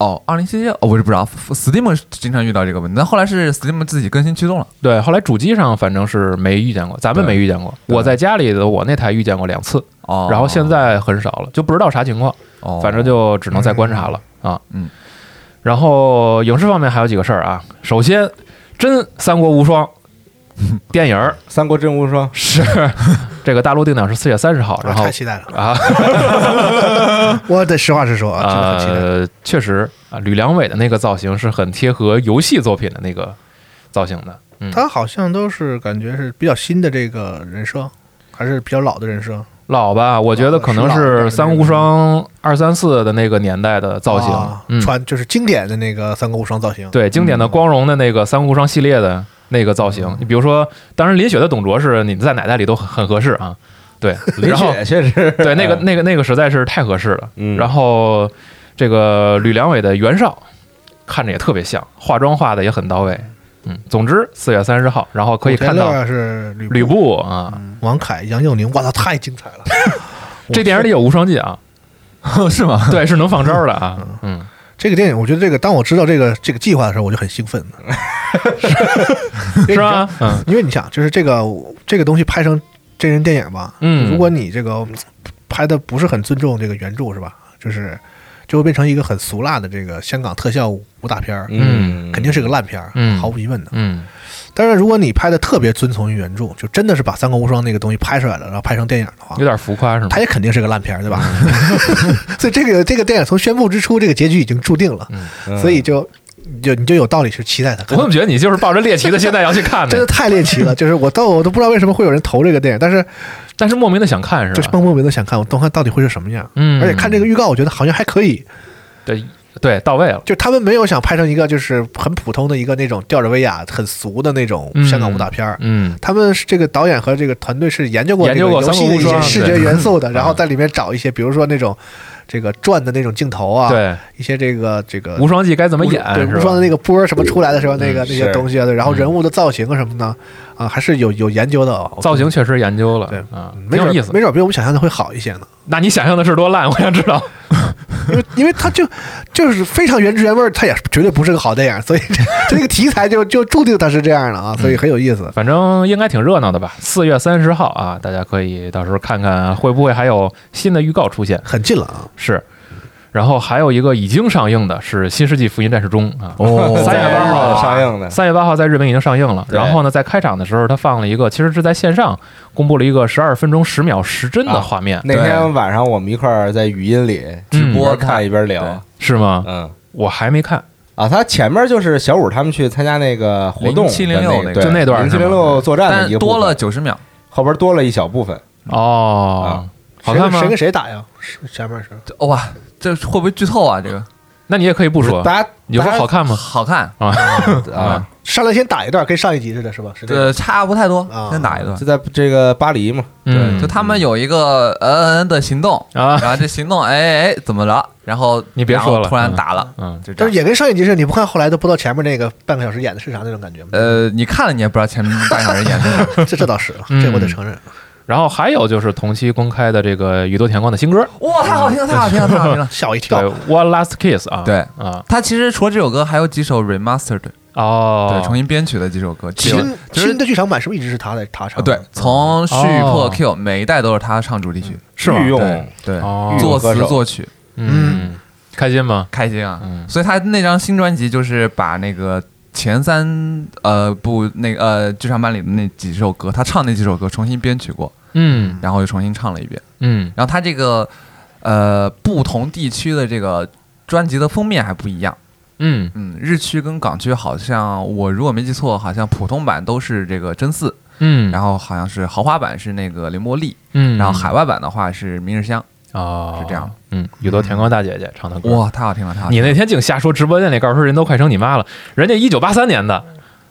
Speaker 4: 2077我是不知道 ，Steam 经常遇到这个问题，但后来是 Steam 自己更新驱动了。
Speaker 3: 对，后来主机上反正是没遇见过，咱们没遇见过。我在家里的我那台遇见过2次，然后现在很少了，就不知道啥情况。反正就只能再观察了啊。然后影视方面还有几个事儿啊，首先真三国无双。电影《
Speaker 2: 三国真无双》
Speaker 3: 是这个大陆定档是4月30号，然后
Speaker 5: 太期待了
Speaker 3: 啊！
Speaker 5: 我得实话实说啊，
Speaker 3: 确实啊，吕良伟的那个造型是很贴合游戏作品的那个造型的。
Speaker 5: 他好像都是感觉是比较新的这个人设，还是比较老的人设？
Speaker 3: 老吧，我觉得可能是三国无双2、3、4的那个年代的造型，
Speaker 5: 穿就是经典的那个三国无双造型，
Speaker 3: 对，经典的光荣的那个三国无双系列的。那个造型，你比如说，当然林雪的董卓是你在哪代里都很合适啊，对，
Speaker 2: 林雪确实
Speaker 3: 对那个实在是太合适了。然后这个吕良伟的袁绍看着也特别像，化妆化的也很到位。总之4月30号，然后可以看到
Speaker 5: 是
Speaker 3: 吕布啊，
Speaker 5: 王凯、杨佑宁，哇，太精彩了！
Speaker 3: 这电影里有无双计啊，
Speaker 4: 是吗？
Speaker 3: 对，是能放招的啊。
Speaker 5: 这个电影，我觉得当我知道这个计划的时候，我就很兴奋。
Speaker 3: 是吗？
Speaker 5: 因为你想，就是这个东西拍成真人电影吧，如果你这个拍的不是很尊重这个原著，是吧？就会变成一个很俗辣的这个香港特效武打片，肯定是个烂片，毫无疑问的。但是如果你拍的特别遵从于原著，就真的是把三国无双那个东西拍出来了，然后拍成电影的话，
Speaker 3: 有点浮夸是吗？
Speaker 5: 它也肯定是个烂片，对吧？所以这个电影从宣布之初，这个结局已经注定了，所以你就有道理去期待它。
Speaker 3: 我怎么觉得你就是抱着猎奇的心态要去看呢？
Speaker 5: 真的太猎奇了，就是我都不知道为什么会有人投这个电影，但是
Speaker 3: 莫名的想看是吧？
Speaker 5: 就是莫名的想看，我看到底会是什么样。而且看这个预告，我觉得好像还可以。
Speaker 3: 对，到位了。
Speaker 5: 就他们没有想拍成一个就是很普通的一个那种吊着威亚、很俗的那种香港武打片。他们这个导演和这个团队是研究过这个游戏的一些视觉元素的，然后在里面找一些，比如说那种这个转的那种镜头啊，
Speaker 3: 对
Speaker 5: 一些这个
Speaker 3: 无双技该怎么演，
Speaker 5: 对无双的那个波什么出来的时候，那些东西啊，对，然后人物的造型啊什么的啊，还是有研究的。
Speaker 3: 造型确实研究了，
Speaker 5: 对
Speaker 3: 啊，
Speaker 5: 没准比我们想象的会好一些呢。
Speaker 3: 那你想象的是多烂？我想知道。
Speaker 5: 因为它就是非常原汁原味，它也绝对不是个好电影，所以这个题材就注定它是这样的啊，所以很有意思。
Speaker 3: 反正应该挺热闹的吧？4月30号啊，大家可以到时候看看会不会还有新的预告出现，
Speaker 5: 很近了啊。
Speaker 3: 是。然后还有一个已经上映的是《新世纪福音战士中》啊
Speaker 2: ，3月8号上映的
Speaker 3: ，3月8号在日本已经上映了。然后呢，在开场的时候，他放了一个，其实是在线上公布了一个12分钟10秒时帧的画面。
Speaker 2: 那天晚上我们一块儿在语音里直播看一边聊，
Speaker 3: 是吗？我还没看
Speaker 2: 啊。他前面就是小五他们去参加那个活动
Speaker 4: 0706
Speaker 2: 那
Speaker 3: 就那段
Speaker 2: 0706作战的一个部分，
Speaker 4: 多了90秒，
Speaker 2: 后边多了一小部分。
Speaker 3: 哦，好看吗？
Speaker 5: 谁跟谁打呀？前面是
Speaker 4: 哇。这会不会剧透啊？这个，
Speaker 3: 那你也可以不说。你说好看吗？
Speaker 4: 好看
Speaker 5: 啊！上来先打一段，跟上一集似的，是吧？
Speaker 4: 对，差不太多。先打一段，
Speaker 2: 就在这个巴黎嘛。
Speaker 4: 对，就他们有一个的行动啊，然后这行动怎么着？然后
Speaker 3: 你别说了，
Speaker 4: 突然打了，
Speaker 5: 就是也跟上一集似的，你不看后来都不知道前面那个半个小时演的是啥那种感觉吗？
Speaker 4: 你看了你也不知道前面半个小时演的是
Speaker 5: 啥，这倒是，这我得承认。
Speaker 3: 然后还有就是同期公开的这个宇多田光的新歌，
Speaker 4: 哇，太好听了，太好听了，太好听了，
Speaker 5: 吓我一跳。
Speaker 3: 对 ，One Last Kiss 啊，
Speaker 4: 对啊，他其实除了这首歌，还有几首 remastered 对，重新编曲的几首歌。
Speaker 5: 新的剧场版是不是一直是他唱？
Speaker 4: 对，从续破 Q 每一代都是他唱主题曲，
Speaker 3: 是吗？
Speaker 4: 对，作词作曲，
Speaker 3: 开心吗？
Speaker 4: 开心啊！所以他那张新专辑就是把那个。前3部那个剧场版里的那几首歌，他唱那几首歌重新编曲过，然后又重新唱了一遍，然后他这个不同地区的这个专辑的封面还不一样，日区跟港区好像我如果没记错，好像普通版都是这个真嗣，然后好像是豪华版是那个林茉莉，然后海外版的话是明日香。是这样，
Speaker 3: 宇多田光大姐姐唱的歌，
Speaker 4: 哇，太好听了，太好听了！
Speaker 3: 你那天净瞎说，直播间里告诉人都快成你妈了，人家1983年的，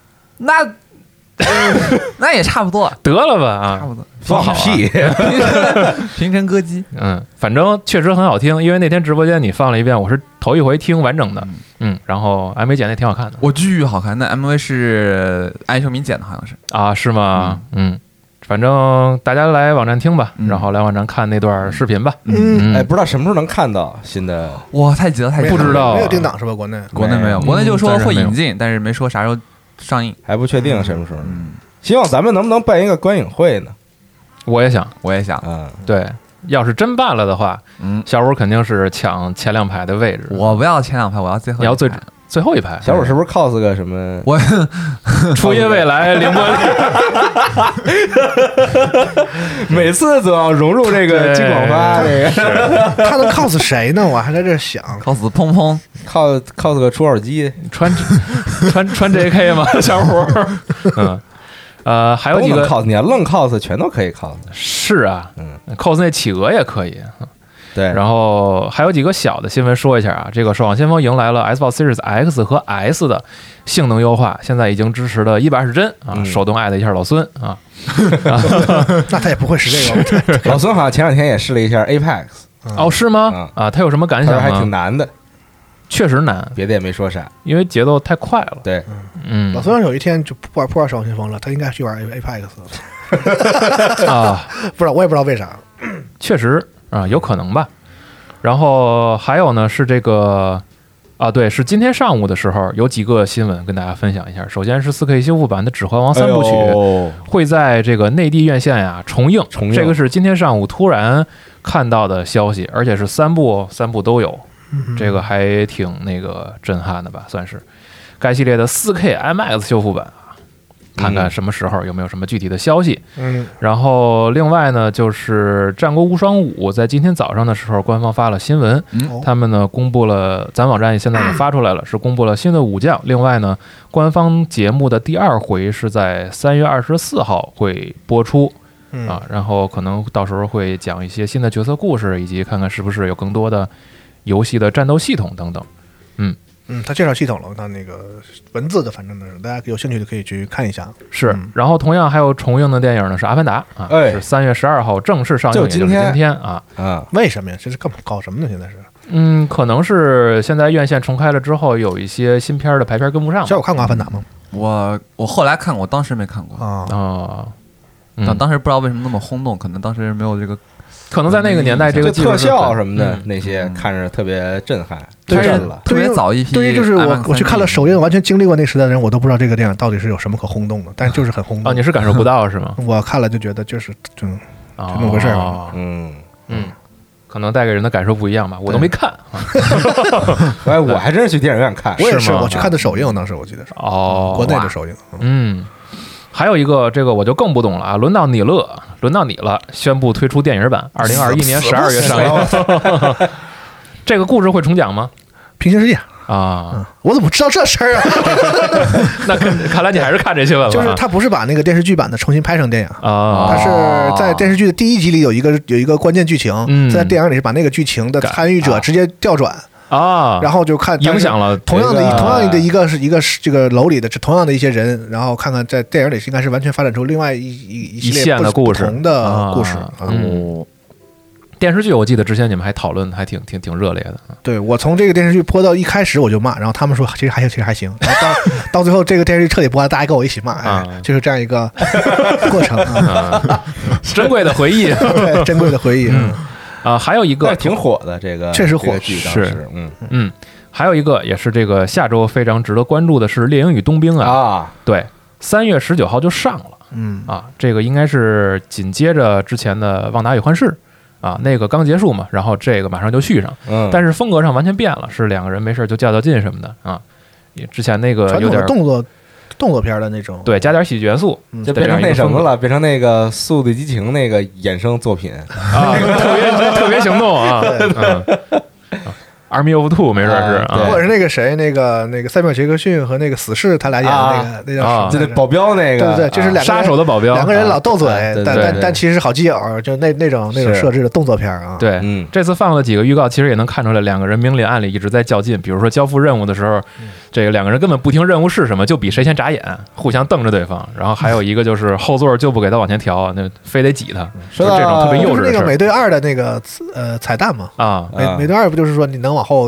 Speaker 4: 那也差不多，
Speaker 3: 得了吧啊，
Speaker 4: 差不多，
Speaker 2: 放屁，
Speaker 4: 平成歌姬，
Speaker 3: 反正确实很好听，因为那天直播间你放了一遍，我是头一回听完整的，然后 MV 剪的挺好看的，
Speaker 4: 我巨好看，那 MV 是安秀敏剪的，好像是
Speaker 3: 啊，是吗？ 反正大家来网站听吧，然后来网站看那段视频吧。
Speaker 2: 不知道什么时候能看到新的？
Speaker 4: 哇，太急了，太急
Speaker 3: 了！不知道
Speaker 5: 没有定档是吧？国内
Speaker 4: 没有，国内就说会引进，但是没说啥时候上映，
Speaker 2: 还不确定什么时候。希望咱们能不能办一个观影会呢？
Speaker 3: 我也想，对，要是真办了的话，小五肯定是抢前2排的位置。
Speaker 4: 我不要前2排，我要最后。
Speaker 3: 你要最后一排。
Speaker 2: 小五是不是 cos 个什么？
Speaker 4: 我
Speaker 3: 初音未来凌波丽，
Speaker 2: 每次总要融入这个金广发这个。
Speaker 5: 他能 cos 谁呢？我还在这想
Speaker 4: ，cos 砰砰
Speaker 2: ，cos 个出口机，
Speaker 3: 穿 JK 吗？小五，还有几个
Speaker 2: cos， 你要愣 cos 全都可以 cos。
Speaker 3: 是啊，cos 那企鹅也可以。
Speaker 2: 对，
Speaker 3: 然后还有几个小的新闻说一下啊，这个守望先锋迎来了 Xbox Series X 和 S 的性能优化，现在已经支持了120帧啊，手动爱了一下老孙啊。
Speaker 5: 那他也不会是这
Speaker 2: 个。老孙好像前2天也试了一下 Apex。
Speaker 3: 哦，是吗？啊，他有什么感想吗？
Speaker 2: 还挺难的，
Speaker 3: 确实难，
Speaker 2: 别的也没说啥，
Speaker 3: 因为节奏太快了。
Speaker 2: 对，
Speaker 5: 老孙有一天就不玩守望先锋了，他应该去玩 Apex
Speaker 3: 啊，
Speaker 5: 不知道，我也不知道为啥。
Speaker 3: 确实啊，有可能吧。然后还有呢，是这个啊，对，是今天上午的时候有几个新闻跟大家分享一下。首先是 4K 修复版的《指环王》3部曲会在这个内地院线呀重映，这个是今天上午突然看到的消息，而且是3部都有，这个还挺那个震撼的吧，算是该系列的 4K IMAX 修复版。看看什么时候有没有什么具体的消息。然后另外呢，就是《战国无双5》在今天早上的时候，官方发了新闻，他们呢公布了，咱网站现在也发出来了，是公布了新的武将。另外呢，官方节目的第2回是在3月24号会播出啊，然后可能到时候会讲一些新的角色故事，以及看看是不是有更多的游戏的战斗系统等等。
Speaker 5: 他介绍系统了，他那个文字的，反正大家有兴趣的可以去看一下。
Speaker 3: 是，然后同样还有重映的电影呢，是《阿凡达》啊，是3月12号正式上映，
Speaker 2: 就今
Speaker 3: 天啊。
Speaker 5: 为什么呀？这是搞什么呢？现在是？
Speaker 3: 可能是现在院线重开了之后，有一些新片的排片跟不上。
Speaker 5: 小五看过《阿凡达》吗？
Speaker 4: 我后来看过，当时没看过啊。当时不知道为什么那么轰动，可能当时没有这个。
Speaker 3: 可能在那个年代，这个
Speaker 2: 特效什么的那些看着特别震撼，
Speaker 4: 特别早一批。
Speaker 5: 对于就是我去看了首映，完全经历过那时代的人，我都不知道这个电影到底是有什么可轰动的，但是就是很轰动。
Speaker 3: 你是感受不到是吗？
Speaker 5: 我看了就觉得就是就那么回事儿。
Speaker 3: 可能带给人的感受不一样吧，我都没看。
Speaker 2: 我还真是去电影院看，
Speaker 5: 我也是，我去看的首映，当时我记得是国内的首映。
Speaker 3: 还有一个，这个我就更不懂了啊！轮到你了，宣布推出电影版，2021年12月上映。这个故事会重讲吗？
Speaker 5: 平行世界
Speaker 3: 啊！
Speaker 5: 我怎么知道这事儿啊？
Speaker 3: 那看来你还是看这新闻了。
Speaker 5: 就是他不是把那个电视剧版的重新拍成电影啊，他是在电视剧的第1集里有一个关键剧情，在电影里是把那个剧情的参与者直接调转。然后就看
Speaker 3: 影响了
Speaker 5: 同样的一个这个楼里的同样的一些人，然后看看在电影里应该是完全发展出另外一系列不同的故事。
Speaker 3: 电视剧我记得之前你们还讨论还挺热烈的。
Speaker 5: 对，我从这个电视剧播到一开始我就骂，然后他们说其实还行，然后到最后这个电视剧彻底播了，大家跟我一起骂，就是这样一个过程。
Speaker 3: 珍贵的回忆，
Speaker 5: 对，珍贵的回忆。
Speaker 3: 还有一个
Speaker 2: 挺火的，这个
Speaker 5: 确实火，
Speaker 2: 是
Speaker 3: 还有一个也是这个下周非常值得关注的是《猎鹰与冬兵》啊，对，3月19号就上了，这个应该是紧接着之前的《旺达与幻视》啊，那个刚结束嘛，然后这个马上就续上，但是风格上完全变了，是2个人没事就较劲什么的啊，之前那个有点
Speaker 5: 动作片的那种，
Speaker 3: 对，加点喜剧元素，
Speaker 2: 就变成那什么了，变成那个《速度与激情》那个衍生作品
Speaker 3: 啊，特别行动啊，Army of Two 没准是，
Speaker 5: 或者是那个谁，那个塞缪尔·杰克逊和那个死侍他俩演的那叫
Speaker 2: 什么？保镖那个，
Speaker 5: 对，就是
Speaker 3: 杀手的保镖，
Speaker 5: 两个人老斗嘴，但其实是好基友，就那种设置的动作片啊。
Speaker 3: 对，这次放了几个预告，其实也能看出来2个人明里暗里一直在较劲。比如说交付任务的时候，这个2个人根本不听任务是什么，就比谁先眨眼，互相瞪着对方。然后还有一个就是后座就不给他往前调，那非得挤他，说这种特别幼稚的事。
Speaker 5: 那个美队2的那个彩蛋嘛啊，美队2不就是说你能往后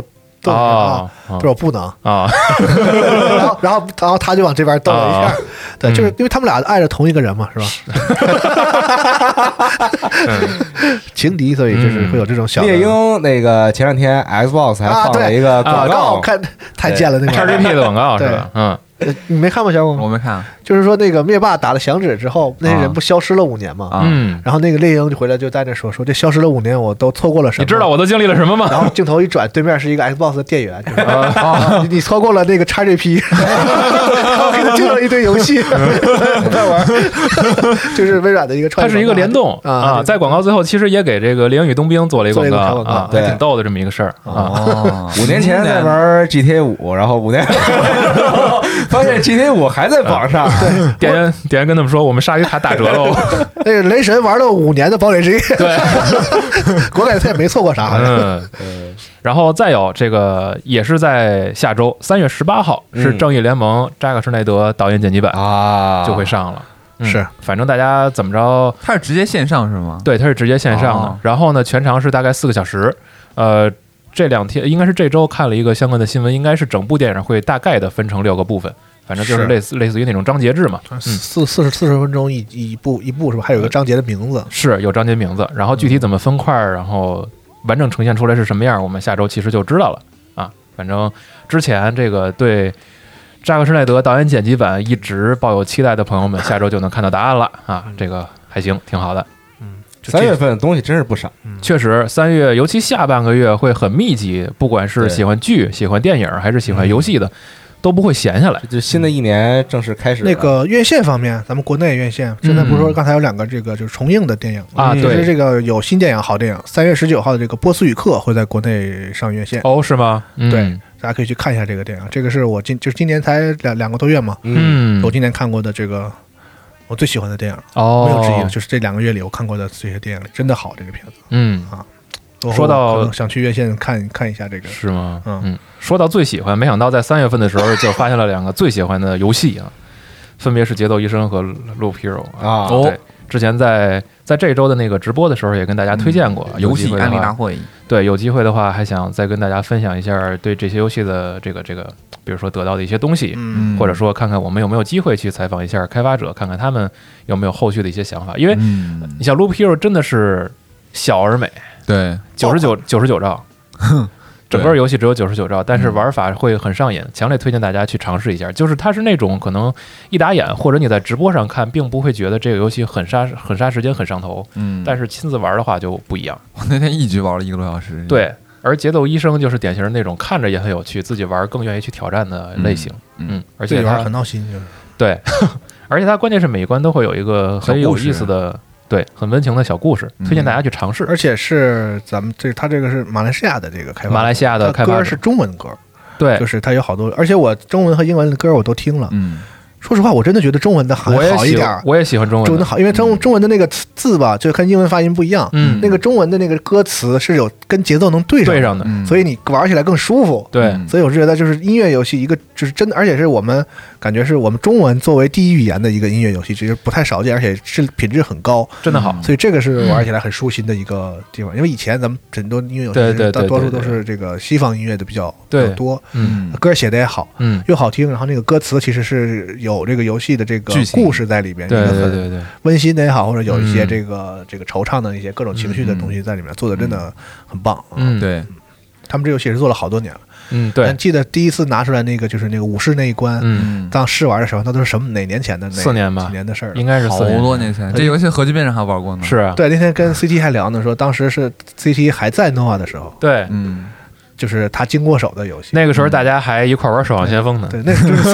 Speaker 5: 动啊，不是我不能啊，然后他就往这边动了一下，对，就是因为他们俩爱着同一个人嘛，是吧？情敌，所以就是会有这种小。
Speaker 2: 猎鹰那个前两天 Xbox 还放了一个广告，
Speaker 5: 看太贱了，那个
Speaker 3: XGP 的广告是吧？嗯。
Speaker 5: 你没看过小广告？
Speaker 4: 我没看，
Speaker 5: 就是说那个灭霸打了响指之后，那些人不消失了5年吗？然后那个猎鹰就回来就在那说这消失了5年，我都错过了什么？
Speaker 3: 你知道我都经历了什么吗？
Speaker 5: 然后镜头一转，对面是一个 Xbox 的店员，你错过了那个 XGP， 然后给他介绍一堆游戏在玩，就是微软的一个创意。
Speaker 3: 它是一个联动啊，在广告最后其实也给这个猎鹰与冬兵做了一个广告啊，还挺逗的这么一个事儿啊。
Speaker 2: 5年前在玩 GTA 5，然后5年发现 GTA 5还在榜上，
Speaker 3: 对，店员跟他们说，我们鲨鱼卡打折喽。
Speaker 5: 那个雷神玩了5年的堡垒之夜，
Speaker 3: 对，
Speaker 5: 国外他也没错过啥，好像。
Speaker 3: 然后再有这个也是在下周3月18号是正义联盟扎克施耐德导演剪辑版啊就会上了。
Speaker 5: 是，
Speaker 3: 反正大家怎么着，
Speaker 4: 它是直接线上是吗？
Speaker 3: 对，它是直接线上的。然后呢，全长是大概4个小时。这2天应该是这周看了一个相关的新闻，应该是整部电影会大概的分成6个部分，反正就是类似于那种章节制嘛。
Speaker 5: 40分钟一部是吧？还有个章节的名字，
Speaker 3: 是有章节名字，然后具体怎么分块，然后完整呈现出来是什么样，我们下周其实就知道了啊。反正之前这个对扎克施耐德导演剪辑版一直抱有期待的朋友们，下周就能看到答案了啊。这个还行，挺好的。
Speaker 2: 3月份的东西真是不少，
Speaker 3: 确实3月尤其下半个月会很密集，不管是喜欢剧、喜欢电影还是喜欢游戏的，都不会闲下来。
Speaker 2: 就新的一年正式开始。
Speaker 5: 那个院线方面，咱们国内院线现在不是说刚才有2个这个就是重映的电影
Speaker 3: 啊？对，
Speaker 5: 就是这个有新电影、好电影。3月19号的这个《波斯语课》会在国内上院线。
Speaker 3: 哦，是吗？
Speaker 5: 对，大家可以去看一下这个电影。这个是我今年才2个多月嘛，我今年看过的这个。我最喜欢的电影没有之一，就是这2个月里我看过的这些电影里真的好，这个片子
Speaker 3: 说到
Speaker 5: 想去院线看一下这个
Speaker 3: 是吗？说到最喜欢，没想到在3月份的时候就发现了2个最喜欢的游戏啊，分别是《节奏医生》和《Loop Hero》啊。对，之前在这一周的那个直播的时候也跟大家推荐过
Speaker 4: 游戏案例大会。
Speaker 3: 对，有机会的话还想再跟大家分享一下对这些游戏的这个。比如说得到的一些东西，或者说看看我们有没有机会去采访一下开发者，看看他们有没有后续的一些想法。因为你像 Loop Hero 真的是小而美，
Speaker 4: 对
Speaker 3: ，99兆，整个游戏只有99兆，但是玩法会很上瘾，强烈推荐大家去尝试一下。就是它是那种可能一打眼或者你在直播上看，并不会觉得这个游戏很杀时间、很上头，但是亲自玩的话就不一样。
Speaker 4: 我那天一局玩了1个多小时。
Speaker 3: 对。而节奏医生就是典型的那种看着也很有趣，自己玩更愿意去挑战的类型。而且
Speaker 5: 它很闹心，就是
Speaker 3: 对，而且它关键是每一关都会有一个很有意思的，对，很温情的小故事，推荐大家去尝试。
Speaker 5: 而且是咱们它这个是马来西亚的这个开发，
Speaker 3: 马来西亚的开发
Speaker 5: 歌是中文歌，
Speaker 3: 对，
Speaker 5: 就是它有好多，而且我中文和英文的歌我都听了，说实话，我真的觉得中文的好一点。
Speaker 3: 我也喜欢中文
Speaker 5: 的好，因为中文的那个字吧，就跟英文发音不一样。那个中文的那个歌词是有跟节奏能对上
Speaker 3: 的，
Speaker 5: 所以你玩起来更舒服。
Speaker 3: 对，
Speaker 5: 所以我是觉得，就是音乐游戏一个就是真的，而且是我们感觉是我们中文作为第一语言的一个音乐游戏，其实不太少见，而且是品质很高，
Speaker 3: 真的好。
Speaker 5: 所以这个是玩起来很舒心的一个地方。因为以前咱们很多音乐游戏，大多数都是这个西方音乐的比较多，歌写的也好，又好听，然后那个歌词其实是有这个游戏的这个故事在里边，
Speaker 3: 对，
Speaker 5: 温馨的也好，或者有一些这个惆怅的一些各种情绪的东西在里面，做的真的很棒。
Speaker 4: 对，
Speaker 5: 他们这游戏也是做了好多年了。
Speaker 3: 对。
Speaker 5: 记得第一次拿出来那个就是那个武士那一关，当试玩的时候，那都是哪年前的
Speaker 3: ？4年吧，
Speaker 5: 几年的事儿，
Speaker 3: 应该是
Speaker 4: 好多年前。这游戏核聚变上还玩过呢。
Speaker 3: 是啊，
Speaker 5: 对，那天跟 CT 还聊呢，说当时是 CT 还在 Nova 的时候。
Speaker 3: 对，
Speaker 5: 就是他经过手的游戏，
Speaker 3: 那个时候大家还一块玩《守望先锋》呢。
Speaker 5: 对，那个就是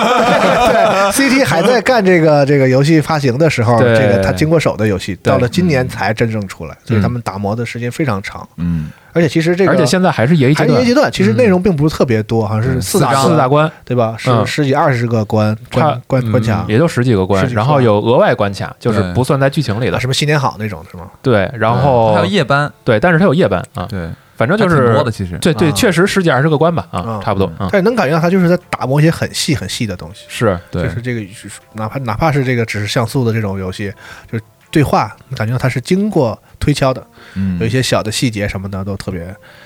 Speaker 5: CT 还在干这个游戏发行的时候，这个他经过手的游戏，到了今年才真正出来，所以他们打磨的时间非常长。而且其实
Speaker 3: 而且现在还是EA
Speaker 5: 阶段，其实内容并不是特别多，好像是四
Speaker 3: 大关，
Speaker 5: 对吧？十几20个关卡，
Speaker 3: 也就10几个关，然后有额外关卡，就是不算在剧情里的，
Speaker 5: 什么新年好那种是吗？
Speaker 3: 对，然后
Speaker 4: 还有夜班，
Speaker 3: 对，但是它有夜班啊，
Speaker 4: 对。
Speaker 3: 反正就是
Speaker 4: 多的，其实
Speaker 3: 对，确实10几20个关吧，差不多。
Speaker 5: 但是能感觉到他就是在打磨一些很细的东西，
Speaker 3: 是，
Speaker 5: 就是这个哪怕是这个只是像素的这种游戏，就是对话，感觉到它是经过推敲的，有一些小的细节什么的都特别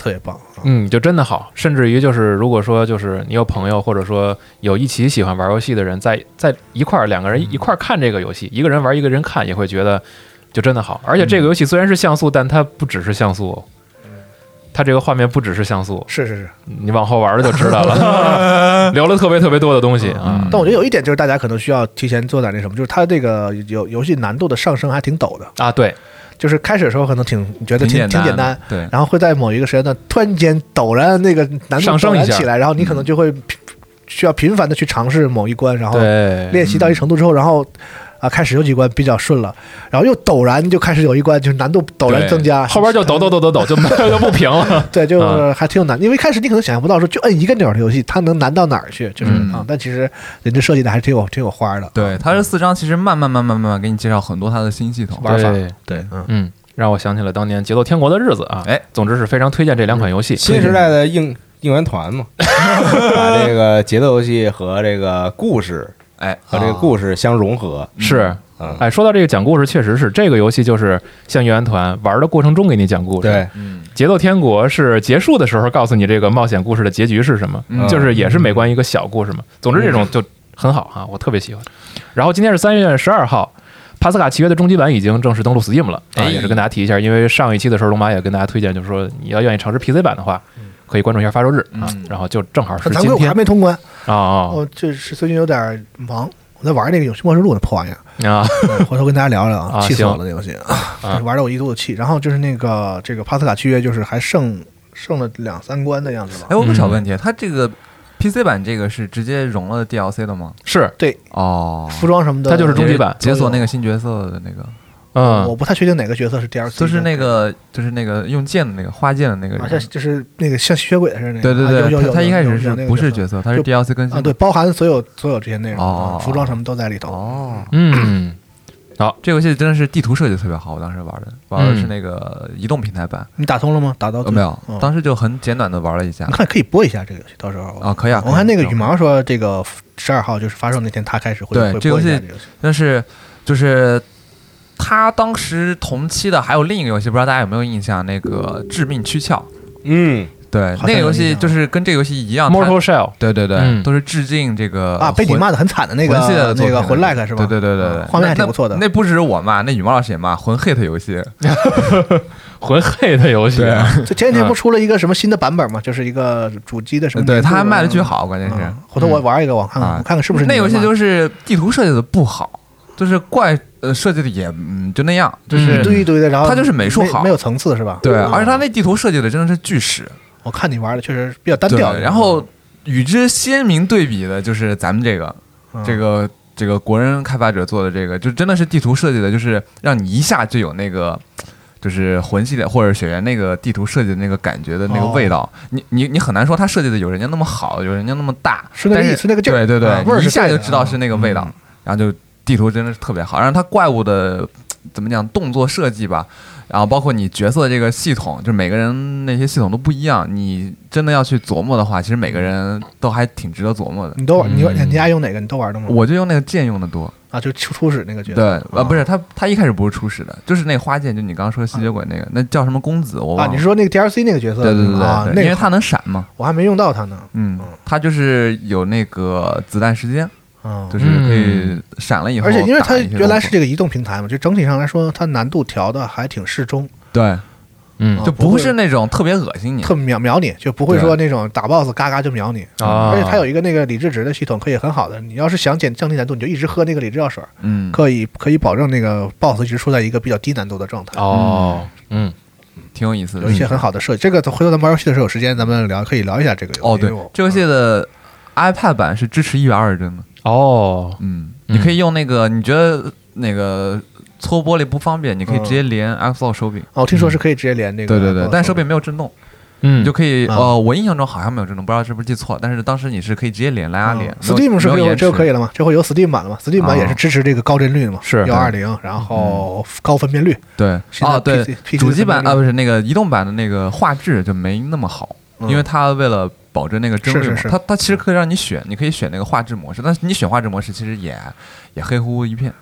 Speaker 5: 特别棒。
Speaker 3: 就真的好，甚至于就是如果说就是你有朋友或者说有一起喜欢玩游戏的人在一块儿，两个人一块儿看这个游戏，一个人玩一个人看，也会觉得就真的好。而且这个游戏虽然是像素，但它不只是像素。它这个画面不只是像素，
Speaker 5: 是，
Speaker 3: 你往后玩了就知道了，聊了特别特别多的东西啊。
Speaker 5: 但我觉得有一点就是大家可能需要提前做点那什么，就是它这个游戏难度的上升还挺陡的
Speaker 3: 啊。对，
Speaker 5: 就是开始的时候可能觉得挺简单，
Speaker 4: 对，
Speaker 5: 然后会在某一个时间段突然间陡然那个难度陡然起来，然后你可能就会需要频繁的去尝试某一关，然后练习到一程度之后，然后。开始有几关比较顺了，然后又陡然就开始有一关就是难度陡然增加，
Speaker 3: 后边就抖就不平了。
Speaker 5: 对，就还挺有难，因为一开始你可能想象不到说就摁一个钮的游戏它能难到哪儿去，就是但其实人家设计的还是挺有花的。
Speaker 4: 对，它这4章其实慢慢给你介绍很多它的新系统
Speaker 5: 玩法。
Speaker 3: 对，让我想起了当年《节奏天国》的日子啊。总之是非常推荐这2款游戏。
Speaker 2: 新时代的应援团嘛，把这个节奏游戏和这个故事。和这个故事相融合
Speaker 3: 是，说到这个讲故事，确实是这个游戏就是像应援团玩的过程中给你讲故事。
Speaker 2: 对，
Speaker 3: 节奏天国是结束的时候告诉你这个冒险故事的结局是什么，就是也是每关一个小故事嘛。总之这种就很好啊，我特别喜欢。然后今天是3月12号，帕斯卡契约的终极版已经正式登陆 Steam 了也是跟大家提一下，因为上一期的时候龙马也跟大家推荐，就是说你要愿意尝试 PC 版的话。可以关注一下发售日然后就正好是今天。
Speaker 5: 我还没通关
Speaker 3: 我
Speaker 5: 就是最近有点忙，我在玩那个《游戏末世录》那破玩意儿
Speaker 3: 啊，
Speaker 5: 回头跟大家聊聊气死我了那游戏玩的我一肚子气。然后就是这个帕斯卡契约，就是还剩了2-3关的样子吧。
Speaker 4: 我有个小问题，它这个 PC 版这个是直接融了 DLC 的吗？
Speaker 3: 是，
Speaker 5: 对服装什么的，
Speaker 3: 它就是终极版，
Speaker 4: 解锁那个新角色的那个。
Speaker 5: 我不太确定哪个角色是 DLC，
Speaker 4: 就是那个用剑的那个花剑的那个人，
Speaker 5: 就是那个像吸血鬼似的那
Speaker 4: 个。对，他一开始是不是角色，他是 DLC 更新
Speaker 5: 对，包含所有这些内容，服装什么都在里头。
Speaker 3: 好，
Speaker 4: 这游戏真的是地图设计特别好，我当时玩的是那个移动平台版。
Speaker 5: 你打通了吗？打到
Speaker 4: 没有？当时就很简短的玩了一下。
Speaker 5: 你看可以播一下这个游戏，到时候
Speaker 4: 可以啊。
Speaker 5: 我看那个羽毛说，这个12号就是发售那天，他开始会
Speaker 4: 对
Speaker 5: 这游戏，
Speaker 4: 但是就是。他当时同期的还有另一个游戏，不知道大家有没有印象？那个《致命躯壳》。对，那个游戏就是跟这个游戏一样
Speaker 3: ，Mortal Shell。
Speaker 4: 对，都是致敬这个
Speaker 5: 被你骂的很惨的那个魂 like 是吧？
Speaker 4: 对，
Speaker 5: 画面还挺不错的。
Speaker 4: 那不只是我骂，那羽毛老师也骂魂 hate 游戏，
Speaker 3: 魂 hate 游戏。
Speaker 5: 这前几天不出了一个什么新的版本吗？就是一个主机的什么？
Speaker 4: 对，他还卖的巨好，关键是。
Speaker 5: 回头我玩一个，我看看是不是
Speaker 4: 那游戏就是地图设计的不好。就是设计的也就那样，就是
Speaker 5: 一堆一堆的，然后
Speaker 4: 它就是美术好，
Speaker 5: 没有层次是吧？
Speaker 4: 对，而且它那地图设计的真的是巨实。
Speaker 5: 我看你玩的确实比较单调。
Speaker 4: 然后与之鲜明对比的就是咱们这个国人开发者做的这个，就真的是地图设计的，就是让你一下就有那个就是魂系列或者血缘那个地图设计的那个感觉的那个味道。你很难说它设计的有人家那么好，有人家那么大，
Speaker 5: 是那个意思，那个劲儿。
Speaker 4: 对，一下就知道是那个味道，然后就。地图真的是特别好，然后它怪物的怎么讲动作设计吧，然后包括你角色这个系统，就是每个人那些系统都不一样，你真的要去琢磨的话，其实每个人都还挺值得琢磨的。
Speaker 5: 你爱用哪个？你都玩的吗？
Speaker 4: 我就用那个剑用的多
Speaker 5: 啊，就初始那个角色。
Speaker 4: 对，不是他一开始不是初始的，就是那个花剑，就你刚刚说的吸血鬼那个，那叫什么公子？我忘了。
Speaker 5: 你是说那个 DLC 那个角色？
Speaker 4: 对，因为他能闪嘛。
Speaker 5: 我还没用到他呢。
Speaker 4: 他就是有那个子弹时间。就是可以闪了以后，
Speaker 5: 而且因为它原来是这个移动平台嘛，就整体上来说，它难度调的还挺适中。
Speaker 4: 对，就不是那种特别恶心你，
Speaker 5: 特别秒你，就不会说那种打 BOSS 嘎嘎就秒你。而且它有一个那个理智值的系统，可以很好的。你要是想降低难度，你就一直喝那个理智药水，可以保证那个 BOSS 一直处在一个比较低难度的状态。
Speaker 4: 挺有意思的，
Speaker 5: 有一些很好的设计。这个回头咱们玩游戏的时候有时间咱们可以聊一下这个游戏。
Speaker 4: 对，这游戏的 iPad 版是支持1.2帧的。你可以用那个，你觉得那个搓玻璃不方便，你可以直接连 Xbox 手柄。
Speaker 5: 我听说是可以直接连那个。
Speaker 4: 对，但手柄没有震动。你就可以我印象中好像没有震动，不知道是不是记错，但是当时你是可以直接连蓝牙连。
Speaker 5: Steam 是这就可以了吗？这会有 Steam 版了吗 ？Steam 版也是支持这个高帧率的嘛？
Speaker 3: 是
Speaker 5: 120，然后高分辨率。
Speaker 4: 对，对，主机版不是那个移动版的那个画质就没那么好，因为它为了保证那个帧率，它其实可以让你选，你可以选那个画质模式，但是你选画质模式其实也黑乎乎一片。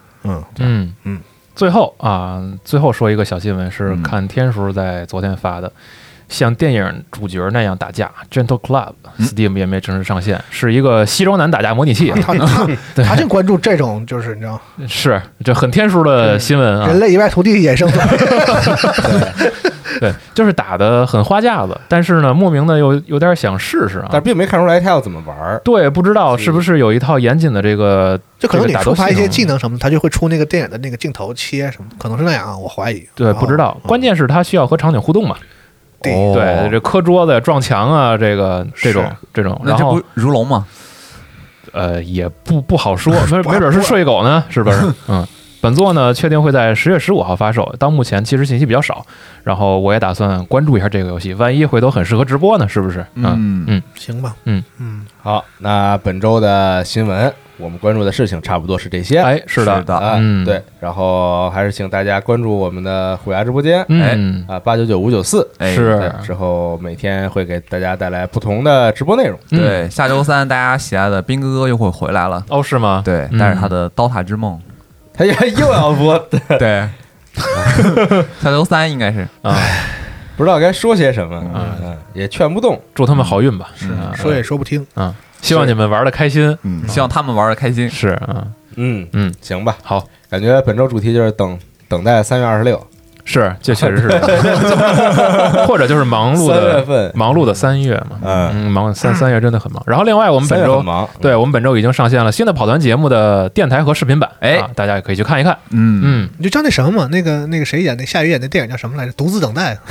Speaker 4: 最
Speaker 3: 后说一个小新闻，是看天叔在昨天发的， 像电影主角那样打架。Gentle Club Steam 也没正式上线，是一个西装男打架模拟器。
Speaker 5: 他就关注这种，就是你知道，
Speaker 3: 是这很天书的新闻啊，
Speaker 5: 人类以外土地衍生的。
Speaker 3: 对，就是打的很花架子，但是呢，莫名的又有点想试试啊，
Speaker 2: 但并没看出来他要怎么玩。
Speaker 3: 对，不知道是不是有一套严谨的这个，
Speaker 5: 就可能你触发一些技能什么，他就会出那个电影的那个镜头切什么，可能是那样啊，我怀疑。
Speaker 3: 对，不知道，关键是他需要和场景互动嘛。对，这磕桌子、撞墙啊，这种，然后
Speaker 4: 这不如龙吗？
Speaker 3: 也不好说，没准是睡狗呢，是不是？嗯。本作呢，确定会在10月15号发售。到目前其实信息比较少，然后我也打算关注一下这个游戏，万一回头很适合直播呢，是不是？
Speaker 5: 行吧。
Speaker 2: 好，那本周的新闻，我们关注的事情差不多是这些。
Speaker 3: 哎，是的，
Speaker 2: 对，然后还是请大家关注我们的虎牙直播间，899-594，
Speaker 3: 是
Speaker 2: 之后每天会给大家带来不同的直播内容。
Speaker 4: 对，下周3大家喜爱的兵哥哥又会回来了。
Speaker 3: 哦，是吗？
Speaker 4: 对，带着他的刀塔之梦。
Speaker 2: 他又要播，
Speaker 4: 对，下周3应该是
Speaker 2: 不知道该说些什么，也劝不动，
Speaker 3: 祝他们好运吧。
Speaker 5: 是说也说不听，
Speaker 3: 希望你们玩的开心，
Speaker 4: 希望他们玩的开心，
Speaker 3: 是
Speaker 2: 行吧，
Speaker 3: 好，
Speaker 2: 感觉本周主题就是等待3月26。
Speaker 3: 是，这确实是，或者就是忙碌的3月嘛，忙3月真的很忙。然后另外我们本周对我们本周已经上线了新的跑团节目的电台和视频版，大家也可以去看一看。
Speaker 5: 你就叫那什么嘛，那个谁演那夏雨演那电影叫什么来着？独自等待，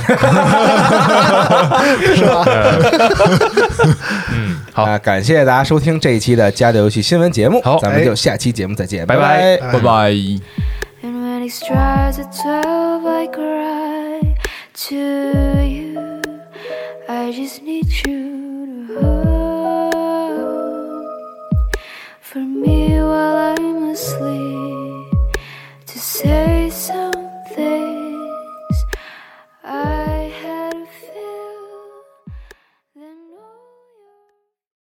Speaker 5: 是吧？
Speaker 3: 好，
Speaker 2: 感谢大家收听这一期的家的游戏新闻节目，
Speaker 3: 好，
Speaker 2: 咱们就下期节目再见，
Speaker 3: 拜拜，
Speaker 4: 拜拜。
Speaker 1: And when he strikes at 12, I cry to you. I just need you to hold